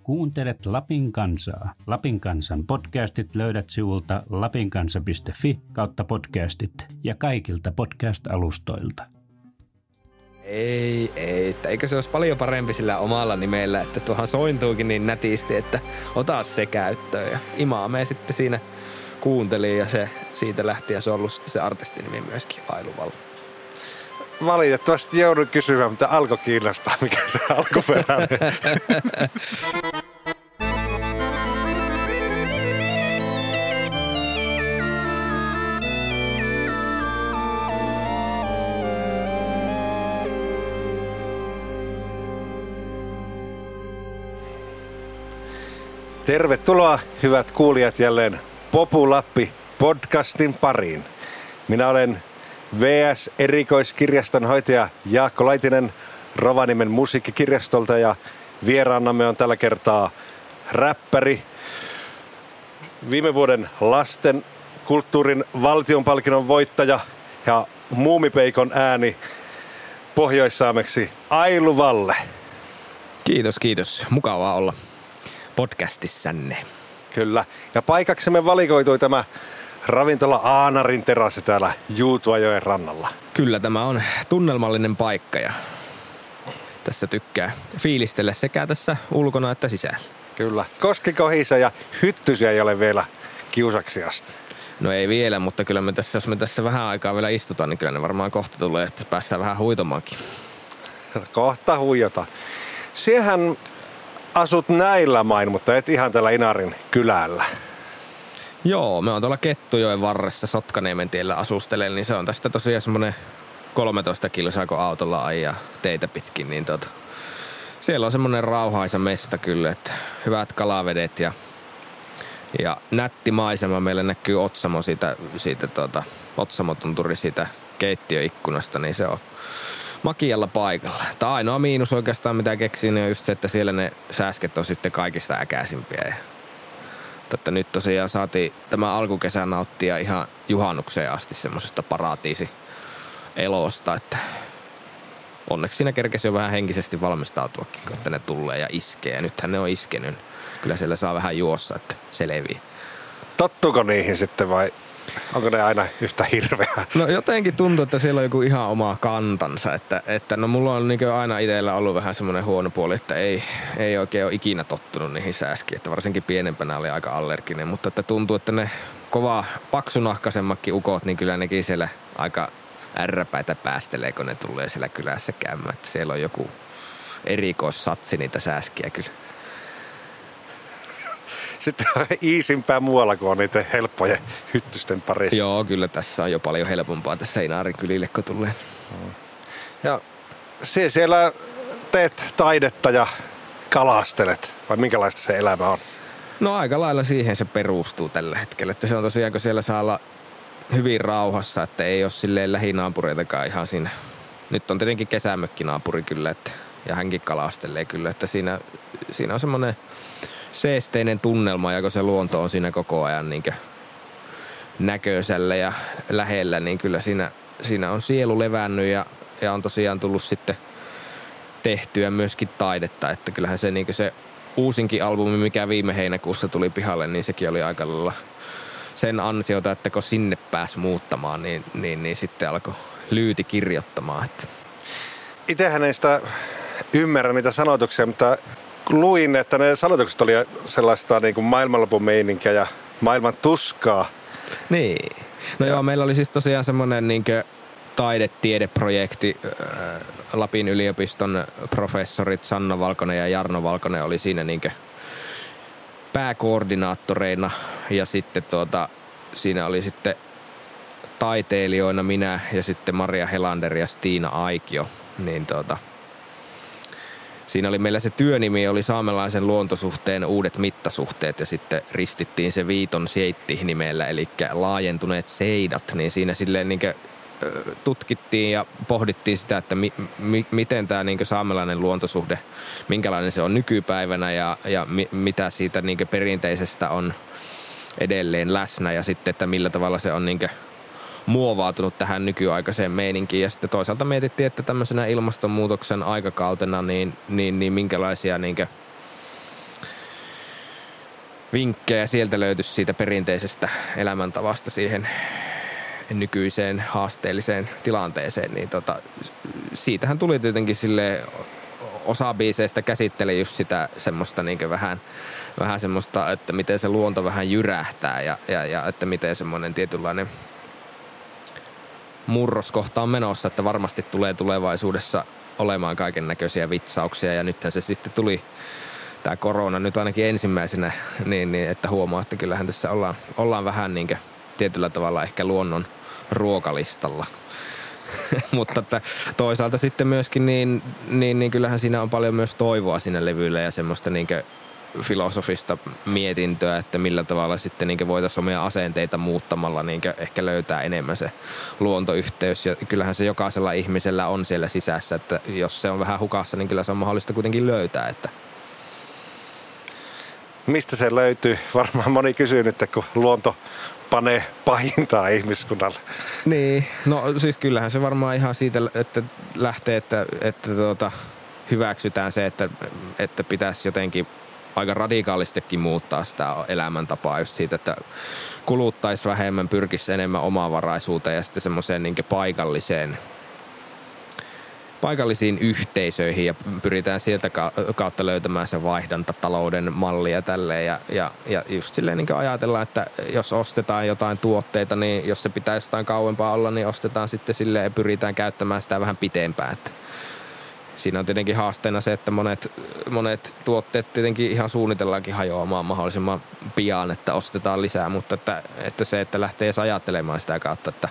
Kuuntelet Lapin kansaa. Lapin kansan podcastit löydät sivulta lapinkansa.fi/podcastit ja kaikilta podcast-alustoilta. Ei. Eikö se olisi paljon parempi sillä omalla nimellä, että tuohan sointuukin niin nätisti, että ota se käyttöön. Ja Imaame sitten siinä kuunteli ja se siitä lähti ja se on ollut sitten se artistinimi myöskin Ailuvalla. Valitettavasti joudun kysymään, mutta alkoi kiinnostaa, mikä se alkuperäinen. Tervetuloa hyvät kuulijat jälleen Populappi podcastin pariin. Minä olen VS-erikoiskirjastonhoitaja Jaakko Laitinen Rovaniemen musiikkikirjastolta ja vieraanamme on tällä kertaa räppäri, viime vuoden lasten kulttuurin valtionpalkinnon voittaja ja Muumipeikon ääni pohjoissaameksi Ailuvalle. Kiitos. Mukavaa olla podcastissanne. Kyllä. Ja paikaksemme valikoitui tämä ravintola Aanarin terassi täällä Juutuajoen rannalla. Kyllä, tämä on tunnelmallinen paikka ja tässä tykkää fiilistellä sekä tässä ulkona että sisällä. Kyllä. Koskikohisa ja hyttysiä ei ole vielä kiusaksi asti. No ei vielä, mutta kyllä jos me tässä vähän aikaa vielä istutaan, niin kyllä ne varmaan kohta tulee, että päässään vähän huitomaankin. Kohta huijota. Siehän asut näillä main, mutta et ihan täällä Inarin kylällä. Joo, me on tuolla Kettujoen varressa Sotkaniemen tiellä asustelen, niin se on tästä tosiaan semmoinen 13 kilsaa, kun autolla ajaa teitä pitkin, niin siellä on semmoinen rauhaisa mesta kyllä, että hyvät kalavedet ja nätti maisema. Meillä näkyy Otsamo Otsamotunturi siitä keittiöikkunasta, niin se on makialla paikalla. Tämä ainoa miinus oikeastaan, mitä keksin, niin on just se, että siellä ne sääsket on sitten kaikista äkäisimpiä. Mutta nyt tosiaan saatiin tämä alkukesä nauttia ihan juhannukseen asti semmoisesta paratiisi-elosta, että onneksi siinä kerkesi jo vähän henkisesti valmistautuakin, kun että ne tulee ja iskee. Ja nythän ne on iskenyt. Kyllä siellä saa vähän juossa, että selviää. Tottuuko niihin sitten vai onko ne aina yhtä hirveä? No jotenkin tuntuu, että siellä on joku ihan oma kantansa. Että no mulla on niin aina itsellä ollut vähän semmoinen huono puoli, että ei oikein ole ikinä tottunut niihin sääskiin. Että varsinkin pienempänä oli aika allerginen, mutta että tuntuu, että ne kova paksunahkaisemmatkin ukot, niin kyllä nekin siellä aika ärräpäitä päästelee, kun ne tulee siellä kylässä käymään. Että siellä on joku erikoissatsi niitä sääskiä kyllä. Sitten on iisimpää muualla, kun on niitä helppoja hyttysten parissa. Joo, kyllä tässä on jo paljon helpompaa tässä Inaarin kylille, kun tulee. Ja siellä teet taidetta ja kalastelet, vai minkälaista se elämä on? No aika lailla siihen se perustuu tällä hetkellä, että se on tosiaan, kun siellä saa olla hyvin rauhassa, että ei ole silleen lähinaapureitakaan ihan siinä. Nyt on tietenkin kesämökkinaapuri kyllä, ja hänkin kalastelee kyllä, että siinä on semmoinen seesteinen tunnelma, ja kun se luonto on siinä koko ajan niin näköisellä ja lähellä, niin kyllä siinä on sielu levännyt ja on tosiaan tullut sitten tehtyä myöskin taidetta, että kyllähän se, niin se uusinkin albumi, mikä viime heinäkuussa tuli pihalle, niin sekin oli aika lailla sen ansiota, että kun sinne pääsi muuttamaan, niin sitten alkoi Lyyti kirjoittamaan. Että. Itsehän ei sitä ymmärrä niitä sanotuksia, mutta luin, että ne sanotukset oli sellaista niin kuin maailmanlopun meininkiä ja maailman tuskaa. Niin. No joo, meillä oli siis tosiaan semmoinen niin kuin taidetiedeprojekti. Lapin yliopiston professorit Sanna Valkonen ja Jarno Valkonen oli siinä niin kuin pääkoordinaattoreina ja sitten siinä oli sitten taiteilijoina minä ja sitten Maria Helander ja Stiina Aikio, niin siinä oli meillä se työnimi, oli saamelaisen luontosuhteen uudet mittasuhteet ja sitten ristittiin se Viiton seitti nimellä, eli laajentuneet seidat, niin siinä silleen niin tutkittiin ja pohdittiin sitä, että miten tämä niin saamelainen luontosuhde, minkälainen se on nykypäivänä ja mitä siitä niin perinteisestä on edelleen läsnä ja sitten, että millä tavalla se on niin muovautunut tähän nykyaikaiseen meininkiin. Ja sitten toisaalta mietittiin, että tämmöisenä ilmastonmuutoksen aikakautena niin minkälaisia vinkkejä sieltä löytyisi siitä perinteisestä elämäntavasta siihen nykyiseen haasteelliseen tilanteeseen, niin siitähän tuli tietenkin sille osa biiseistä käsitteli just sitä semmoista niin vähän semmoista, että miten se luonto vähän jyrähtää ja että miten semmoinen tietynlainen murroskohta on menossa, että varmasti tulee tulevaisuudessa olemaan kaiken näköisiä vitsauksia ja nythän se sitten tuli tämä korona nyt ainakin ensimmäisenä, niin että huomaa, että kyllähän tässä ollaan vähän niin kuin tietyllä tavalla ehkä luonnon ruokalistalla. Mutta että toisaalta sitten myöskin niin kyllähän siinä on paljon myös toivoa siinä levyllä ja semmoista niin kuin filosofista mietintöä, että millä tavalla sitten niin voitaisiin omia asenteita muuttamalla niin ehkä löytää enemmän se luontoyhteys. Ja kyllähän se jokaisella ihmisellä on siellä sisässä, että jos se on vähän hukassa, niin kyllä se on mahdollista kuitenkin löytää. Että mistä se löytyy? Varmaan moni kysyy nyt, kun luonto panee pahintaa ihmiskunnalle. Niin, no siis kyllähän se varmaan ihan siitä, että lähtee, että hyväksytään se, että pitäisi jotenkin aika radikaalistikin muuttaa sitä elämäntapaa just siitä, että kuluttaisi vähemmän, pyrkisi enemmän omavaraisuuteen ja sitten semmoiseen niin paikallisiin yhteisöihin ja pyritään sieltä kautta löytämään se vaihdantatalouden mallia tälleen ja just silleen niin ajatellaan, että jos ostetaan jotain tuotteita, niin jos se pitäisi jotain kauempaa olla, niin ostetaan sitten silleen ja pyritään käyttämään sitä vähän pitempään. Että siinä on tietenkin haasteena se, että monet tuotteet tietenkin ihan suunnitellaankin hajoamaan mahdollisimman pian, että ostetaan lisää, mutta että se, että lähtee edes ajattelemaan sitä kautta, että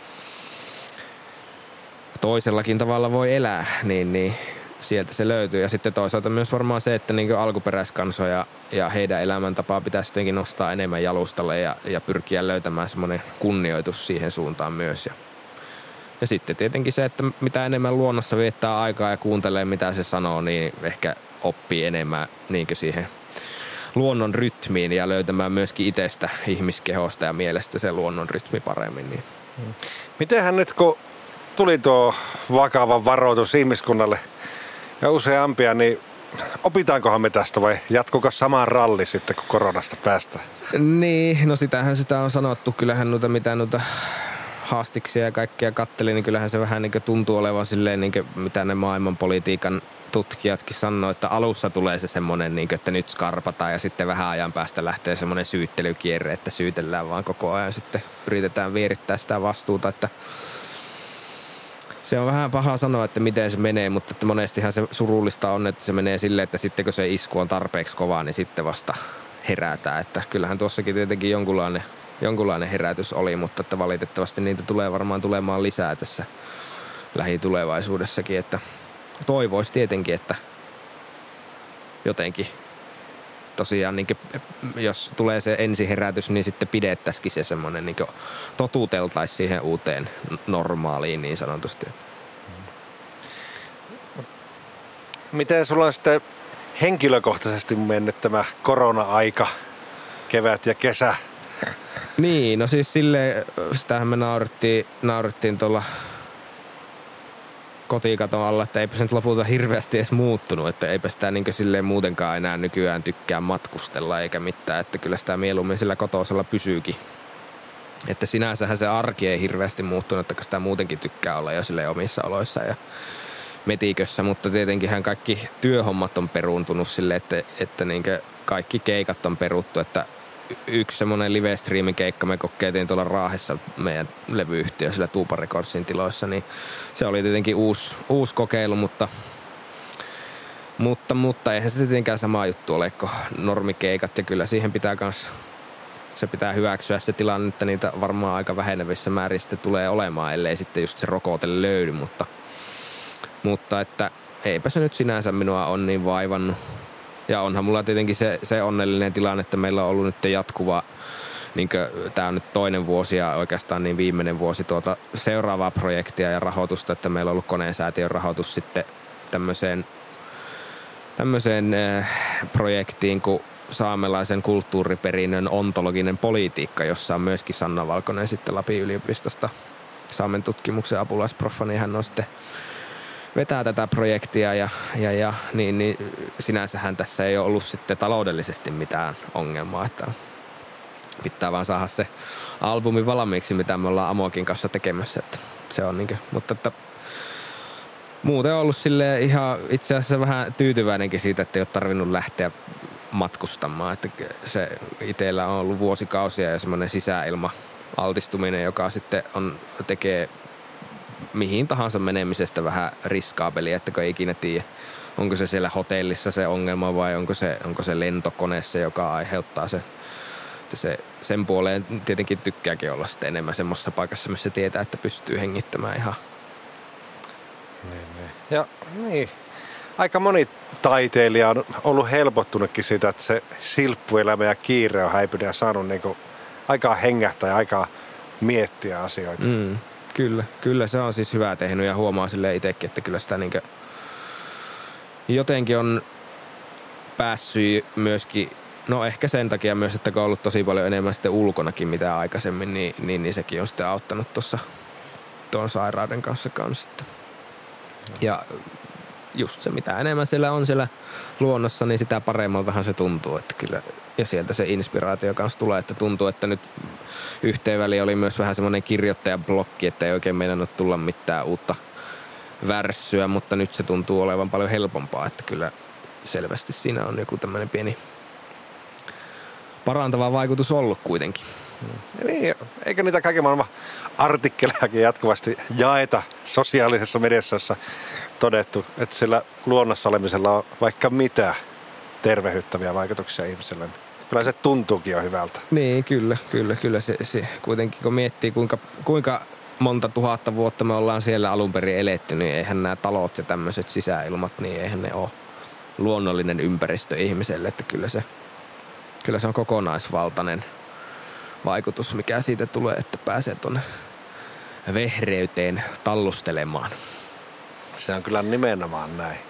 toisellakin tavalla voi elää, niin sieltä se löytyy. Ja sitten toisaalta myös varmaan se, että niin alkuperäiskansoja ja heidän elämäntapaa pitäisi jotenkin nostaa enemmän jalustalle ja pyrkiä löytämään semmoinen kunnioitus siihen suuntaan myös. Ja sitten tietenkin se, että mitä enemmän luonnossa viettää aikaa ja kuuntelee mitä se sanoo, niin ehkä oppii enemmän niin siihen luonnon rytmiin ja löytämään myöskin itsestä, ihmiskehosta ja mielestä se luonnon rytmi paremmin. Niin. Mitenhän nyt kun tuli tuo vakava varoitus ihmiskunnalle ja useampia, niin opitaankohan me tästä vai jatkuuko sama ralli sitten, kun koronasta päästään? Niin, no sitä on sanottu. Kyllähän mitä haastiksia ja kaikkia katteli, niin kyllähän se vähän niin kuin tuntuu olevan silleen, niin kuin mitä ne maailmanpolitiikan tutkijatkin sanoo, että alussa tulee se semmoinen, niin kuin, että nyt skarpataan ja sitten vähän ajan päästä lähtee semmoinen syyttelykierre, että syytellään vaan koko ajan ja sitten yritetään vierittää sitä vastuuta, että se on vähän paha sanoa, että miten se menee, mutta että monestihan se surullista on, että se menee silleen, että sitten kun se isku on tarpeeksi kova, niin sitten vasta herätään. Että kyllähän tuossakin tietenkin jonkunlainen herätys oli, mutta että valitettavasti niitä tulee varmaan tulemaan lisää tässä lähitulevaisuudessakin. Että toivoisi tietenkin, että jotenkin tosiaan, niin jos tulee se ensiherätys, niin sitten pidettäisikin se semmoinen, niin totuteltaisiin siihen uuteen normaaliin niin sanotusti. Miten sulla on sitten henkilökohtaisesti mennyt tämä korona-aika, kevät ja kesä? Niin, no siis silleen, sitähän me naurittiin tuolla kotikaton alla, että eipä se nyt lopulta hirveästi edes muuttunut, että eipä sitä niin silleen muutenkaan enää nykyään tykkää matkustella eikä mitään, että kyllä sitä mieluummin sillä kotosella pysyykin. Että sinänsähän se arki ei hirveästi muuttunut, että sitä muutenkin tykkää olla jo silleen omissa oloissa ja metikössä, mutta tietenkinhän kaikki työhommat on peruuntunut silleen, että niin kaikki keikat on peruttu, että yksi semmoinen live-streamin keikka me kokeiltiin tuolla Raahessa meidän levyyhtiö sillä Tuupa Recordsin tiloissa, niin se oli tietenkin uusi kokeilu, mutta eihän se tietenkään sama juttu ole kuin normikeikat ja kyllä siihen pitää se pitää hyväksyä se tilanne, että niitä varmaan aika vähenevissä määrin sitten tulee olemaan, ellei sitten just se rokote löydy, mutta että eipä se nyt sinänsä minua on niin vaivannut. Ja onhan mulla tietenkin se onnellinen tilanne, että meillä on ollut nyt jatkuva, niin tämä on nyt toinen vuosi ja oikeastaan niin viimeinen vuosi seuraavaa projektia ja rahoitusta, että meillä on ollut Koneensäätiön rahoitus sitten tämmöiseen projektiin kuin saamelaisen kulttuuriperinnön ontologinen politiikka, jossa on myöskin Sanna Valkonen sitten Lapin yliopistosta Saamen tutkimuksen apulaisproffa, niin hän on sitten vetää tätä projektia niin sinänsähän tässä ei ole ollut sitten taloudellisesti mitään ongelmaa, että pitää vaan saada se albumi valmiiksi, mitä me ollaan Amokin kanssa tekemässä, että se on niinkö, mutta että muuten on ollut silleen ihan itse asiassa vähän tyytyväinenkin siitä, että ei ole tarvinnut lähteä matkustamaan, että se itsellä on ollut vuosikausia ja semmoinen sisäilma-altistuminen, joka sitten tekee mihin tahansa menemisestä vähän riskaapelia, että kun ei ikinä tiedä, onko se siellä hotellissa se ongelma vai onko se lentokoneessa, joka aiheuttaa sen puoleen tietenkin tykkääkin olla sitten enemmän semmoisessa paikassa, missä tietää, että pystyy hengittämään ihan. Niin. Ja niin, aika moni taiteilija on ollut helpottunutkin siitä, että se silppuelämä ja kiire on häipynyt ja saanut niinku aikaa hengähtää ja aikaa miettiä asioita. Kyllä se on siis hyvää tehnyt ja huomaa silleen itsekin, että kyllä sitä niinkö jotenkin on päässyt myöskin, no ehkä sen takia myös, että kun on ollut tosi paljon enemmän sitten ulkonakin mitä aikaisemmin, niin sekin on sitten auttanut tuon sairauden kanssa. Ja just se, mitä enemmän siellä on siellä luonnossa, niin sitä paremmaltahan se tuntuu, että kyllä, ja sieltä se inspiraatio kanssa tulee, että tuntuu, että nyt yhteen väliin oli myös vähän semmoinen kirjoittajan blokki, että ei oikein meinannut tulla mitään uutta värssyä, mutta nyt se tuntuu olevan paljon helpompaa, että kyllä selvästi siinä on joku tämmöinen pieni parantava vaikutus ollut kuitenkin. Niin, eikä niitä kaiken maailman artikkelejakin jatkuvasti jaeta sosiaalisessa mediassa, jossa todettu, että sillä luonnossa olemisella on vaikka mitä tervehyttäviä vaikutuksia ihmiselle. Kyllä se tuntuukin jo hyvältä. Niin, kyllä se kuitenkin kun miettii kuinka monta tuhatta vuotta me ollaan siellä alun perin eletty, niin eihän nämä talot ja tämmöiset sisäilmat, niin eihän ne ole luonnollinen ympäristö ihmiselle, että kyllä se on kokonaisvaltainen vaikutus, mikä siitä tulee, että pääsee tuonne vehreyteen tallustelemaan. Se on kyllä nimenomaan näin.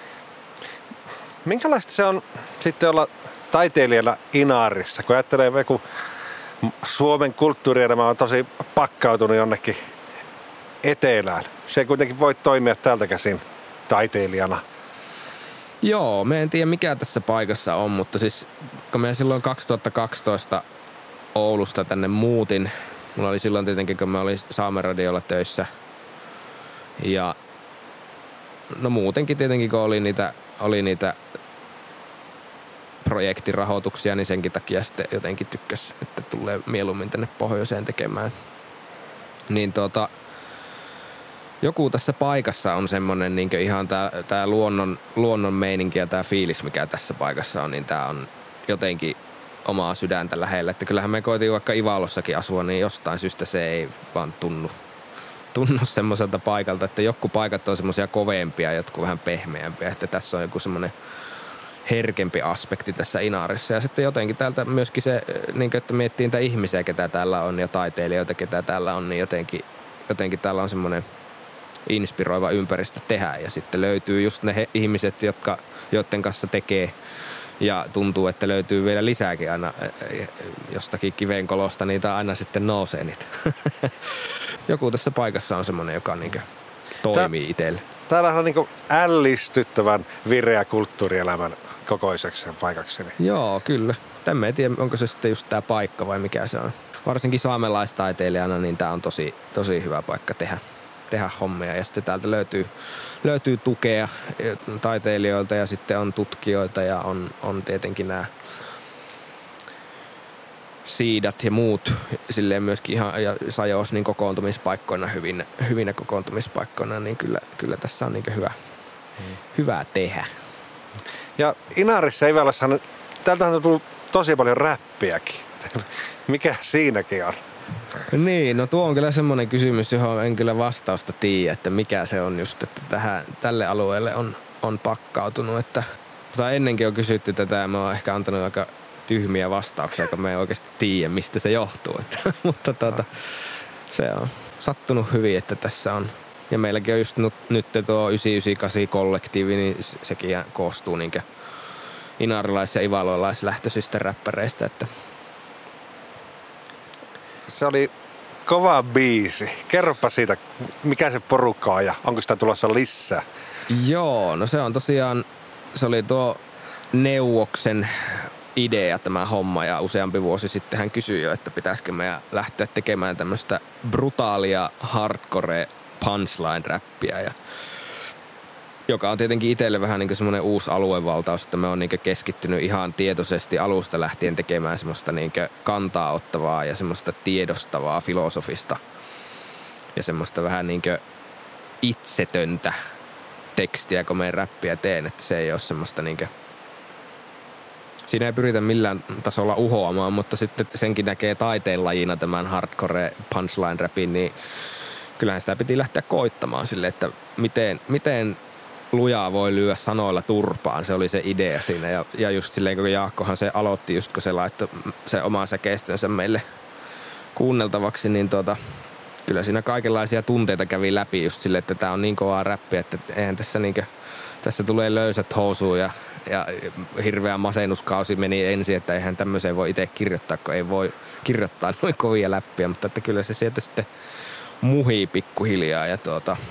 Minkälaista se on sitten olla taiteilijana Inarissa, kun ajattelee joku Suomen kulttuurielämä on tosi pakkautunut jonnekin etelään. Se ei kuitenkin voi toimia täältä käsin taiteilijana. Joo, me en tiedä mikä tässä paikassa on, mutta siis kun me silloin 2012 Oulusta tänne muutin, mulla oli silloin tietenkin, kun mä olin Saamen-radiolla töissä ja no muutenkin tietenkin, kun oli niitä projektirahoituksia, niin senkin takia sitten jotenkin tykkäs, että tulee mieluummin tänne pohjoiseen tekemään. Niin joku tässä paikassa on semmoinen niin ihan tää luonnon meininki ja tää fiilis, mikä tässä paikassa on, niin tää on jotenkin omaa sydäntä lähellä. Että kyllähän me koitiin vaikka Ivalossakin asua, niin jostain syystä se ei vaan tunnu semmoiselta paikalta, että joku paikat on semmoisia kovempia, jotkut vähän pehmeämpiä, että tässä on joku semmoinen herkempi aspekti tässä Inarissa. Ja sitten jotenkin täältä myöskin se, niin että miettii niitä ihmisiä, ketä täällä on ja taiteilijoita, ketä täällä on, niin jotenkin täällä on semmoinen inspiroiva ympäristö tehdä. Ja sitten löytyy just ne ihmiset, joiden kanssa tekee ja tuntuu, että löytyy vielä lisääkin aina jostakin kivenkolosta, niitä aina sitten nousee niitä. Joku tässä paikassa on semmoinen, joka niin toimii itselle. Täällä on niin ällistyttävän vireä kulttuurielämän kokoiseksi paikaksi. Joo, kyllä. Tämän en tiedä, onko se sitten just tämä paikka vai mikä se on. Varsinkin saamelaistaiteilijana, niin tämä on tosi hyvä paikka tehdä hommia. Ja sitten täältä löytyy tukea taiteilijoilta ja sitten on tutkijoita ja on tietenkin nämä siidat ja muut silleen myöskin ihan ja Sajos niin kokoontumispaikkoina, hyvinä kokoontumispaikkoina, niin kyllä tässä on niin hyvä tehdä. Ja Inarissa Ivalossahan, täältä on tullut tosi paljon räppiäkin. Mikä siinäkin on? Niin, no tuo on kyllä semmoinen kysymys, johon en kyllä vastausta tiedä, että mikä se on just, että tälle alueelle on pakkautunut, että tai ennenkin on kysytty tätä ja mä oon ehkä antanut aika tyhmiä vastauksia, kun me ei oikeasti tiedä, mistä se johtuu. Mutta se on sattunut hyvin, että tässä on. Ja meilläkin on just nyt tuo 998-kollektiivi, niin sekin koostuu niinkö inarilais- ja ivalolaislähtöisistä räppäreistä. Että se oli kova biisi. Kerropa siitä, mikä se porukka on ja onko sitä tulossa lisää? Joo, no se on tosiaan, se oli tuo Neuvoksen idea tämä homma ja useampi vuosi sitten hän kysyi jo, että pitäisikö meidän lähteä tekemään tämmöistä brutaalia hardcore punchline-räppiä, joka on tietenkin itselle vähän niin kuin semmoinen uusi aluevaltaus, että me on niin kuin keskittynyt ihan tietoisesti alusta lähtien tekemään semmoista niin kuin kantaa ottavaa ja semmoista tiedostavaa filosofista ja semmoista vähän niin kuin itsetöntä tekstiä, kun meidän räppiä teen, että se ei ole semmoista niin kuin, siinä ei pyritä millään tasolla uhoamaan, mutta sitten senkin näkee taiteenlajina tämän hardcore punchline-räpin, niin kyllähän sitä piti lähteä koittamaan sille, että miten lujaa voi lyödä sanoilla turpaan. Se oli se idea siinä ja just silleen, kun Jaakkohan se aloitti just, kun se laittoi se oman säkeistönsä meille kuunneltavaksi, niin kyllä siinä kaikenlaisia tunteita kävi läpi just silleen, että tää on niin kovaa räppiä, että eihän tässä niinkö, tässä tulee löysät housuun ja hirveä masennuskausi meni ensin, että eihän tämmöiseen voi itse kirjoittaa, kun ei voi kirjoittaa noin kovia läppiä, mutta että kyllä se sieltä sitten muhii pikkuhiljaa ja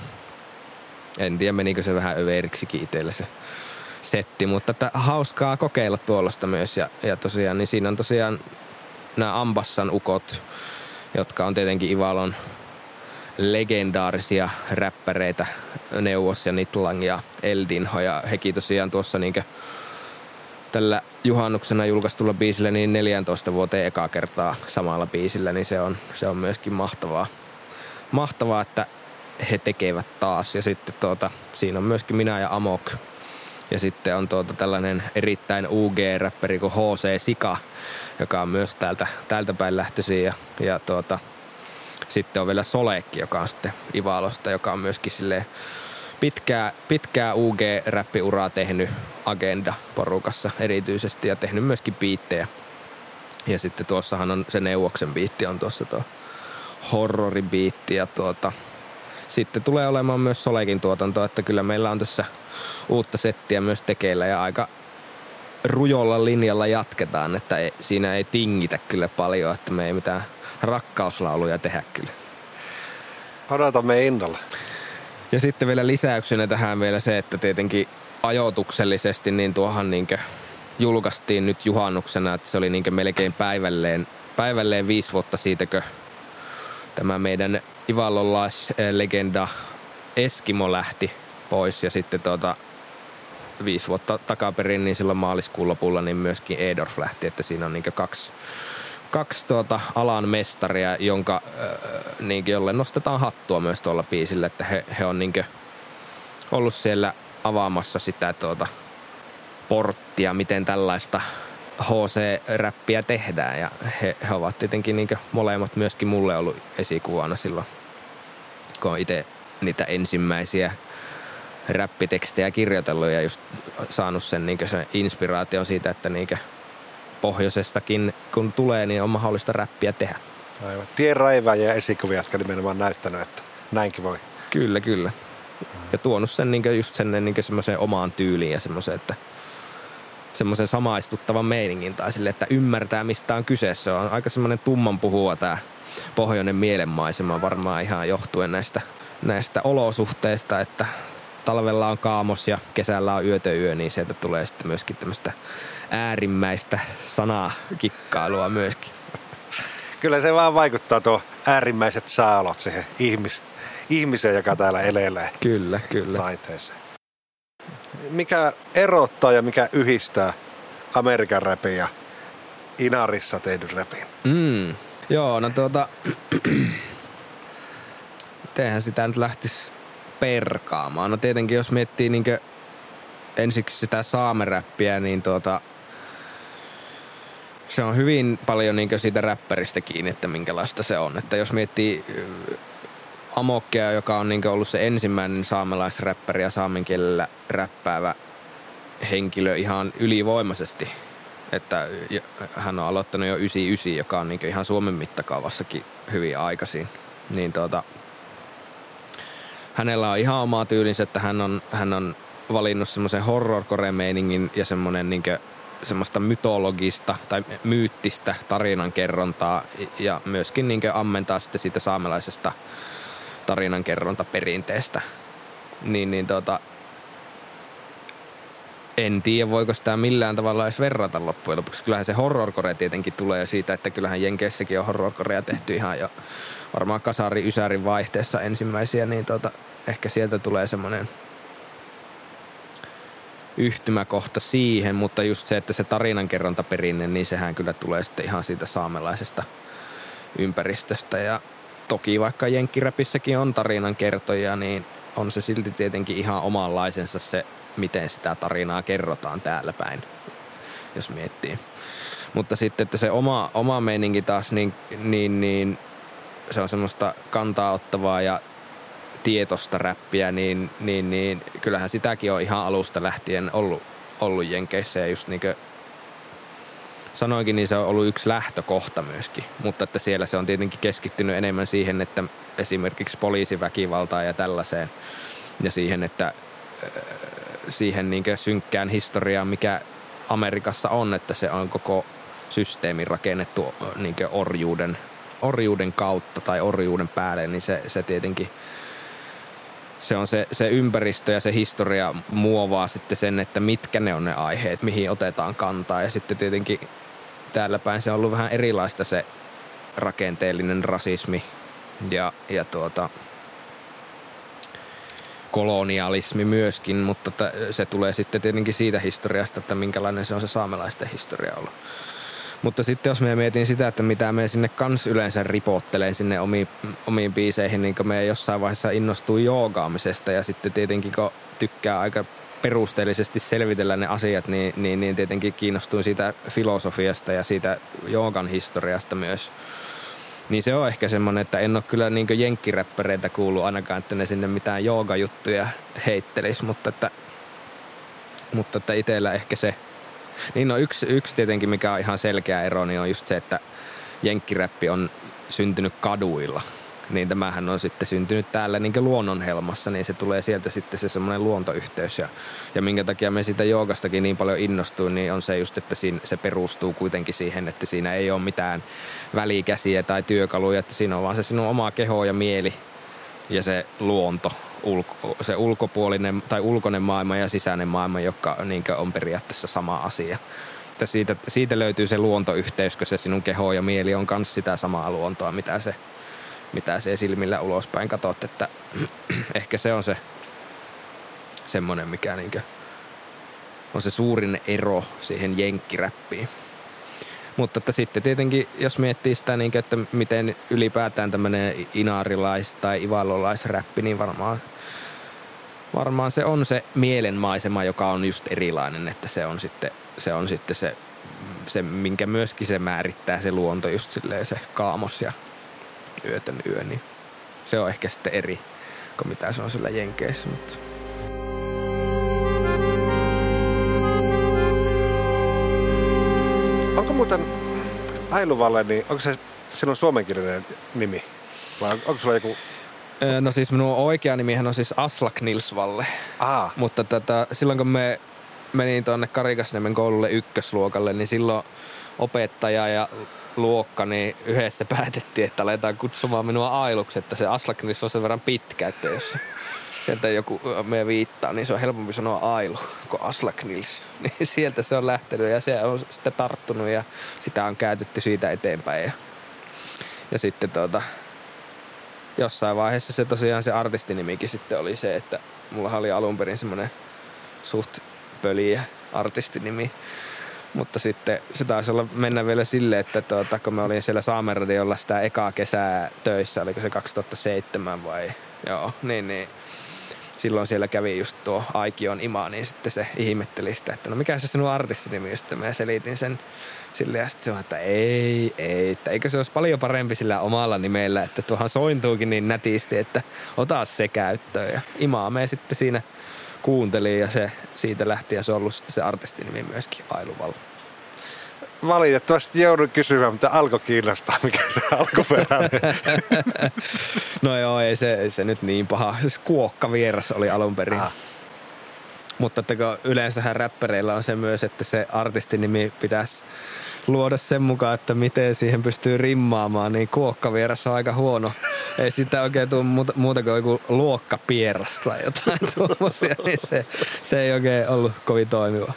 en tiedä menikö se vähän överiksikin itselle se setti, mutta että hauskaa kokeilla tuollaista myös ja tosiaan, niin siinä on tosiaan nämä Ambassan ukot, jotka on tietenkin Ivalon legendaarisia räppäreitä, Neuvos ja Nitlang ja Eldinho ja hekin tosiaan tuossa niinkö tällä juhannuksena julkaistulla biisillä niin 14 vuoteen eka kertaa samalla biisillä, niin se on myöskin mahtavaa, että he tekevät taas. Ja sitten siinä on myöskin minä ja Amok. Ja sitten on tällainen erittäin UG-räppäri kuin HC Sika, joka on myös täältä päin lähtöisin. Ja sitten on vielä Solekki, joka on sitten Ivalosta, joka on myöskin silleen pitkää UG-räppiuraa tehnyt Agenda-porukassa erityisesti ja tehnyt myöskin biittejä. Ja sitten tuossahan on se Neuvoksen biitti, on tuossa tuo horroribiitti ja sitten tulee olemaan myös Solekin tuotanto, että kyllä meillä on tässä uutta settiä myös tekeillä ja aika rujolla linjalla jatketaan, että siinä ei tingitä kyllä paljon, että me ei mitään rakkauslauluja tehdä kyllä. Odotamme innolla. Ja sitten vielä lisäyksenä tähän vielä se, että tietenkin ajoituksellisesti niin tuohan niinkö julkaistiin nyt juhannuksena, että se oli niinkö melkein päivälleen 5 vuotta siitäkö tämä meidän ivalolaislegenda Eskimo lähti pois ja sitten 5 vuotta takaperin, niin silloin maaliskuun lopulla niin myöskin Edorf lähti, että siinä on niinkö kaksi alan mestaria, jolle nostetaan hattua myös tuolla biisillä, että he on niinkö ollut siellä avaamassa sitä porttia, miten tällaista HC-räppiä tehdään ja he ovat tietenkin niinkö molemmat myöskin mulle ollut esikuvana silloin, kun on itse niitä ensimmäisiä räppitekstejä kirjoitellut ja just saanut sen niinkö sen inspiraation siitä, että niinkö pohjoisestakin kun tulee, niin on mahdollista räppiä tehdä. Aivan. Tienraivaajia ja esikuvia, jotka nimenomaan näyttänyt, että näinkin voi. Kyllä. Ja tuonut sen niinkö just sen niinkö semmoiseen omaan tyyliin ja semmoiseen, että semmoisen samaistuttavan meiningin tai sille, että ymmärtää mistä on kyse. Se on aika semmoinen tumman puhuva tää pohjoinen mielenmaisema varmaan ihan johtuen näistä olosuhteista, että talvella on kaamos ja kesällä on yö, niin sieltä tulee sitten myöskin tämmöistä äärimmäistä sanakikkailua myöskin. Kyllä se vaan vaikuttaa tuo äärimmäiset saalot siihen ihmiseen, joka täällä elelee. Kyllä. Taiteeseen. Mikä erottaa ja mikä yhdistää Amerikan räpin ja Inarissa tehdyn räpin? Joo, no mitenhän sitä nyt lähtisi perkaamaan. No tietenkin jos miettii niinkö ensiksi sitä saameräppiä, niin se on hyvin paljon niinkö siitä räppäristä kiinni, että minkälaista se on. Että jos miettii Amokkia, joka on niinkö ollut se ensimmäinen saamelaisräppäri ja saamen kielellä räppäävä henkilö ihan ylivoimaisesti. Että hän on aloittanut jo 99, joka on niinkö ihan Suomen mittakaavassakin hyvin aikaisin. Niin hänellä on ihan oma tyylinsä, että hän on valinnut semmoisen horrorcore-meiningin ja semmoinen niinkö semmoista mytologista tai myyttistä tarinankerrontaa ja myöskin niin kuin ammentaa sitten siitä saamelaisesta tarinankerrontaperinteestä. En tiedä, voiko sitä millään tavalla edes verrata loppujen lopuksi. Kyllähän se horrorcore tietenkin tulee siitä, että kyllähän Jenkeissäkin on horrorcorea tehty ihan jo varmaan kasari-ysärin vaihteessa ensimmäisiä, niin ehkä sieltä tulee semmoinen yhtymäkohta siihen, mutta just se, että se tarinankerrontaperinne, niin sehän kyllä tulee sitten ihan siitä saamelaisesta ympäristöstä. Ja toki vaikka jenkkiräpissäkin on tarinankertoja, niin on se silti tietenkin ihan omanlaisensa se, miten sitä tarinaa kerrotaan täällä päin, jos miettii. Mutta sitten, että se oma meininki taas, niin se on semmoista kantaa ottavaa ja tietoista räppiä, niin kyllähän sitäkin on ihan alusta lähtien ollut Jenkeissä. Ja just niin kuin sanoinkin, niin se on ollut yksi lähtökohta myöskin. Mutta että siellä se on tietenkin keskittynyt enemmän siihen, että esimerkiksi poliisiväkivaltaa ja tällaiseen. Ja siihen, että siihen niin kuin synkkään historiaan, mikä Amerikassa on, että se on koko systeemi rakennettu niin kuin orjuuden kautta tai orjuuden päälle, niin se tietenkin se on se ympäristö ja se historia muovaa sitten sen, että mitkä ne on ne aiheet, mihin otetaan kantaa. Ja sitten tietenkin täällä päin se on ollut vähän erilaista se rakenteellinen rasismi ja kolonialismi myöskin, mutta se tulee sitten tietenkin siitä historiasta, että minkälainen se on se saamelaisten historia ollut. Mutta sitten jos me mietin sitä, että mitä me sinne kans yleensä ripottelee sinne omiin biiseihin, niin kun me jossain vaiheessa innostuu joogaamisesta ja sitten tietenkin kun tykkää aika perusteellisesti selvitellä ne asiat, niin tietenkin kiinnostuin siitä filosofiasta ja siitä joogan historiasta myös. Niin se on ehkä semmoinen, että en ole kyllä niin kuin jenkkiräppäreitä kuullut ainakaan, että ne sinne mitään joogajuttuja heittelisi, mutta että itsellä ehkä se. Niin no yksi tietenkin, mikä on ihan selkeä ero, niin on just se, että jenkkiräppi on syntynyt kaduilla. Niin tämähän on sitten syntynyt täällä niin kuin luonnonhelmassa, niin se tulee sieltä sitten se semmoinen luontoyhteys. Ja minkä takia me siitä joogastakin niin paljon innostuin, niin on se just, että se perustuu kuitenkin siihen, että siinä ei ole mitään välikäsiä tai työkaluja, että siinä on vaan se sinun oma keho ja mieli ja se luonto, se ulkopuolinen tai ulkoinen maailma ja sisäinen maailma, joka niin kuin on periaatteessa sama asia. Että siitä löytyy se luontoyhteys, kun se sinun keho ja mieli on myös sitä samaa luontoa, mitä se silmillä ulospäin katot, että ehkä se on se semmoinen, mikä niinkö on se suurin ero siihen jenkkiräppiin. Mutta että sitten tietenkin, jos miettii sitä, niinkö, että miten ylipäätään tämmöinen inaarilais- tai ivalolaisräppi, niin varmaan se on se mielenmaisema, joka on just erilainen, että se on sitten se minkä myöskin se määrittää se luonto, just silleen se kaamos ja yötön yö, niin se on ehkä sitten eri kuin mitä se on sillä Jenkeissä. Mutta. Onko muuten Ailuvalle, niin onko se sinun suomenkielinen nimi? Vai onko sulla joku? No siis minun oikea nimihän on siis Aslak Nilsvalle. Mutta silloin kun me menin tuonne Karikasniemen koululle ykkösluokalle, niin silloin opettaja ja luokka, niin yhdessä päätettiin, että aletaan kutsumaan minua Ailuksi, että se Aslak Nils on sen verran pitkä, että jos sieltä joku meidän viittaa, niin se on helpompi sanoa Ailu kuin Aslak Nils. Niin sieltä se on lähtenyt ja se on sitten tarttunut ja sitä on käytetty siitä eteenpäin. Ja sitten jossain vaiheessa se tosiaan se artistinimikin sitten oli se, että mulla oli alun perin semmoinen suht pöliä artistinimi. Mutta sitten se taisi olla mennä vielä silleen, että kun mä olin siellä Saamen-radiolla sitä ekaa kesää töissä, oliko se 2007 vai joo, niin silloin siellä kävi just tuo Aikion Ima, niin sitten se ihmetteli sitä, että no mikä se sinun artistinimi, ja sitten mä selitin sen silleen, ja sitten se on, että ei, että eikö se olisi paljon parempi sillä omalla nimellä, että tuohan sointuukin niin nätisti, että ota se käyttöön, ja Ima me sitten siinä kuuntelin ja se siitä lähti ja se on ollut sitten se artistinimi myöskin Ailuvalla. Valitettavasti joudun kysymään, mutta alkoi kiinnostaa, mikä se alkuperäinen. No joo, ei se nyt niin paha. Kuokka vieras oli alun perin. Mutta että yleensähän räppäreillä on se myös, että se artistinimi pitäisi luoda sen mukaan, että miten siihen pystyy rimmaamaan, niin kuokkavieras on aika huono. Ei sitä oikein tule muuta kuin joku luokkapieras tai jotain tuommoisia, niin se ei oikein ollut kovin toimiva.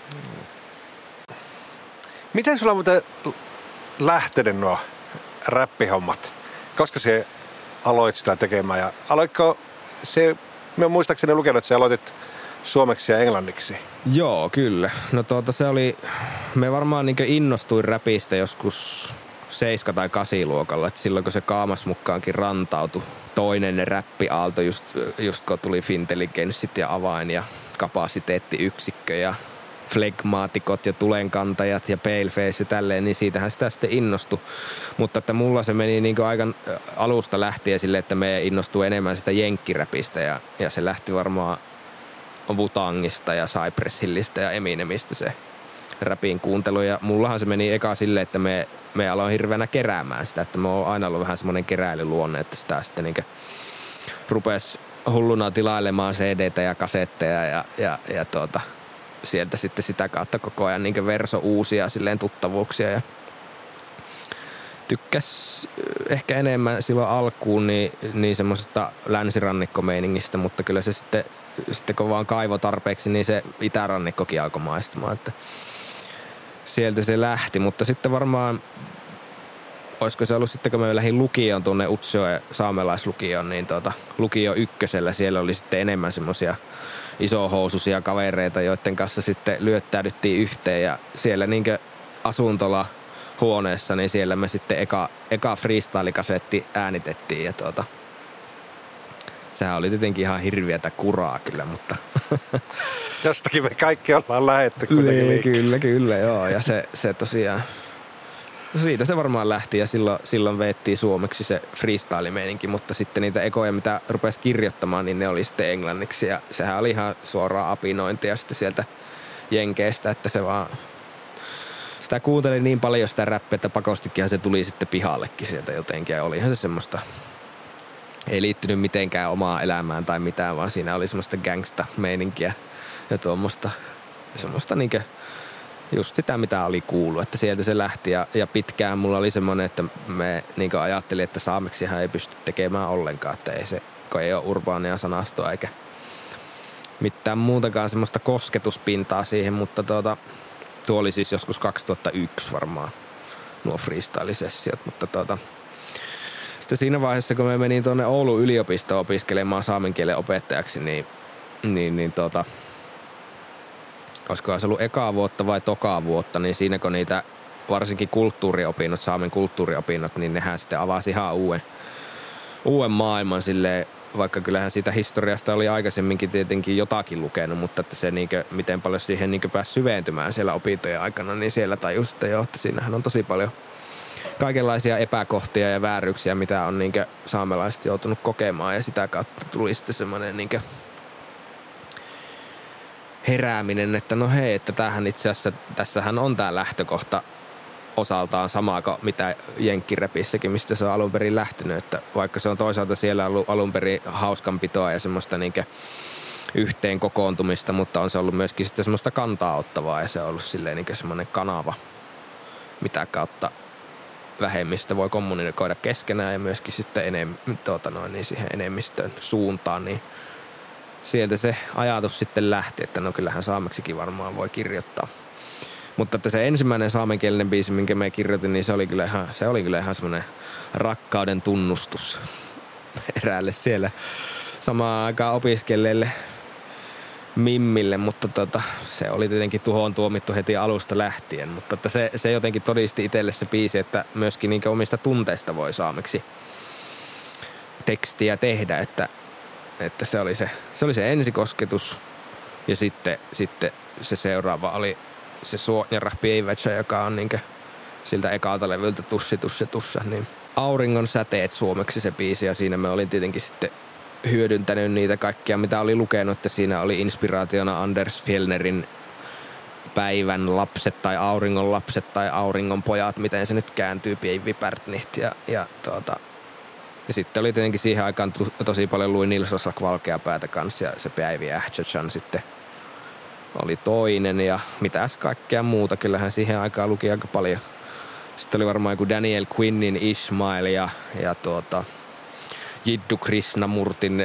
Miten sulla on muuten lähtenyt nuo räppihommat? Koska se aloit sitä tekemään ja aloitko se, minä muistaakseni lukenut, että sä aloitit suomeksi ja englanniksi. Joo, kyllä. No se oli, me varmaan niin innostuin räpistä joskus 7- tai 8-luokalla, että silloin kun se Kaamas mukaankin rantautui toinen räppiaalto, just kun tuli Fintelligenssit ja Avain ja kapasiteettiyksikkö ja flegmaatikot ja tulenkantajat ja paleface ja tälleen, niin siitähän sitä sitten innostui. Mutta että mulla se meni niin aika alusta lähtien silleen, että me innostui enemmän sitä jenkkiräpistä ja se lähti varmaan Wu-Tangista ja Cypress Hillistä ja Eminemistä se räpin kuuntelu. Ja mullahan se meni eka silleen, että me aloin hirveänä keräämään sitä, että mä oon aina ollut vähän semmoinen keräilyluonne, että sitä sitten niin rupesi hulluna tilailemaan CD-tä ja kasetteja ja sieltä sitten sitä kautta koko ajan niin verso uusia silleen tuttavuuksia ja tykkäs ehkä enemmän silloin alkuun niin semmoisesta länsirannikkomeiningistä, mutta kyllä se sitten kun vaan kaivo tarpeeksi, niin se itärannikkokin alkoi maistumaan, että sieltä se lähti, mutta sitten varmaan olisiko se ollut sitten, kun mä lähdin lukioon tuonne Utsjoen saamelaislukioon, niin lukio ykkösellä siellä oli sitten enemmän semmoisia isohousuisia kavereita, joiden kanssa sitten lyöttäydyttiin yhteen ja siellä niinkö asuntola huoneessa, niin siellä me sitten eka freestyle-kasetti äänitettiin ja sehän oli tietenkin ihan hirviätä kuraa kyllä, mutta jostakin me kaikki ollaan lähetty kuitenkin liikkeelle. Kyllä, joo. Ja se tosiaan, siitä se varmaan lähti ja silloin veettiin suomeksi se freestyle-meininki, mutta sitten niitä ekoja, mitä rupesi kirjoittamaan, niin ne oli sitten englanniksi ja sehän oli ihan suoraa apinointia sitten sieltä jenkeistä, että se vaan sitä kuunteli niin paljon sitä räppiä, että pakostikinhan se tuli sitten pihallekin sieltä jotenkin ja olihan se semmoista, ei liittynyt mitenkään omaan elämään tai mitään, vaan siinä oli semmoista gangsta-meininkiä ja tuommoista semmoista niinkö just sitä, mitä oli kuullut, että sieltä se lähti ja pitkään mulla oli semmoinen, että me niinkö ajattelin, että saameksihan ei pysty tekemään ollenkaan, että ei se, kun ei ole urbaania sanastoa eikä mitään muutakaan semmoista kosketuspintaa siihen, mutta tuo oli siis joskus 2001 varmaan nuo freestyle-sessiot, mutta sitten siinä vaiheessa, kun me menin tuonne Oulun yliopistoon opiskelemaan saamen kielen opettajaksi, niin olisikohan se ollut ekaa vuotta vai tokaa vuotta, niin siinä kun niitä varsinkin kulttuuriopinnot, saamen kulttuuriopinnot, niin nehän sitten avasi ihan uuden maailman silleen, vaikka kyllähän siitä historiasta oli aikaisemminkin tietenkin jotakin lukenut, mutta että se niinkö, miten paljon siihen niinkö pääsi syventymään siellä opintojen aikana, niin siellä tajus sitten jo, että siinähän on tosi paljon kaikenlaisia epäkohtia ja vääryyksiä, mitä on niinkö saamelaiset joutunut kokemaan ja sitä kautta tuli sitten semmoinen niinkö herääminen, että no hei, että tämähän itse asiassa, tässähän on tää lähtökohta osaltaan samaa kuin mitä jenkkiräpissäkin, mistä se on alun perin lähtenyt, että vaikka se on toisaalta siellä ollut alun perin hauskanpitoa ja semmoista niinkö yhteen kokoontumista, mutta on se ollut myöskin sitten semmoista kantaa ottavaa ja se on ollut silleen niinkö semmoinen kanava, mitä kautta vähemmistö voi kommunikoida keskenään ja myöskin sitten niin siihen enemmistön suuntaan, niin sieltä se ajatus sitten lähti, että no kyllähän saameksikin varmaan voi kirjoittaa. Mutta että se ensimmäinen saamenkielinen biisi, minkä me kirjoitin, niin se oli kyllä ihan semmoinen rakkauden tunnustus eräälle siellä samaan aikaan opiskelleelle mimmille, mutta se oli tietenkin tuhoon tuomittu heti alusta lähtien, mutta että se jotenkin todisti itselle se biisi, että myöskin niinkä omista tunteista voi saameksi tekstiä tehdä, että se oli se ensikosketus ja sitten se seuraava oli se Suonjara Piivätsä, joka on niinkö siltä ekalta levyltä Tussi tussa, niin Auringon säteet suomeksi se biisi ja siinä me olin tietenkin sitten hyödyntänyt niitä kaikkia, mitä oli lukenut, että siinä oli inspiraationa Anders Fjellnerin Päivän lapset tai Auringon lapset tai Auringon pojat, miten se nyt kääntyy, Päivi Pärtniht ja sitten oli tietenkin siihen aikaan tosi paljon luin Nils Osak Valkeapäätä kanssa ja se Päivi Ähtsätsän sitten oli toinen ja mitäs kaikkea muuta. Kyllähän siihen aikaan luki aika paljon. Sitten oli varmaan joku Daniel Quinnin Ismail ja Jiddu Krishnamurtin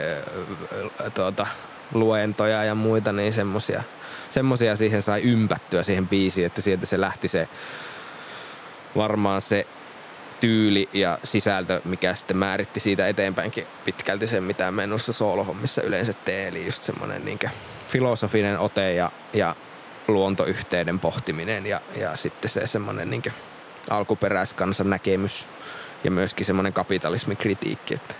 luentoja ja muita, niin semmosia siihen sai ympättyä siihen biisiin, että sieltä se lähti se varmaan se tyyli ja sisältö, mikä sitten määritti siitä eteenpäinkin pitkälti sen, mitä mä noissa soolohommissa yleensä teen. Eli just semmoinen niinkö filosofinen ote ja luontoyhteyden pohtiminen ja sitten se semmoinen niinkö alkuperäiskansan näkemys ja myöskin semmoinen kapitalismikritiikki. Että.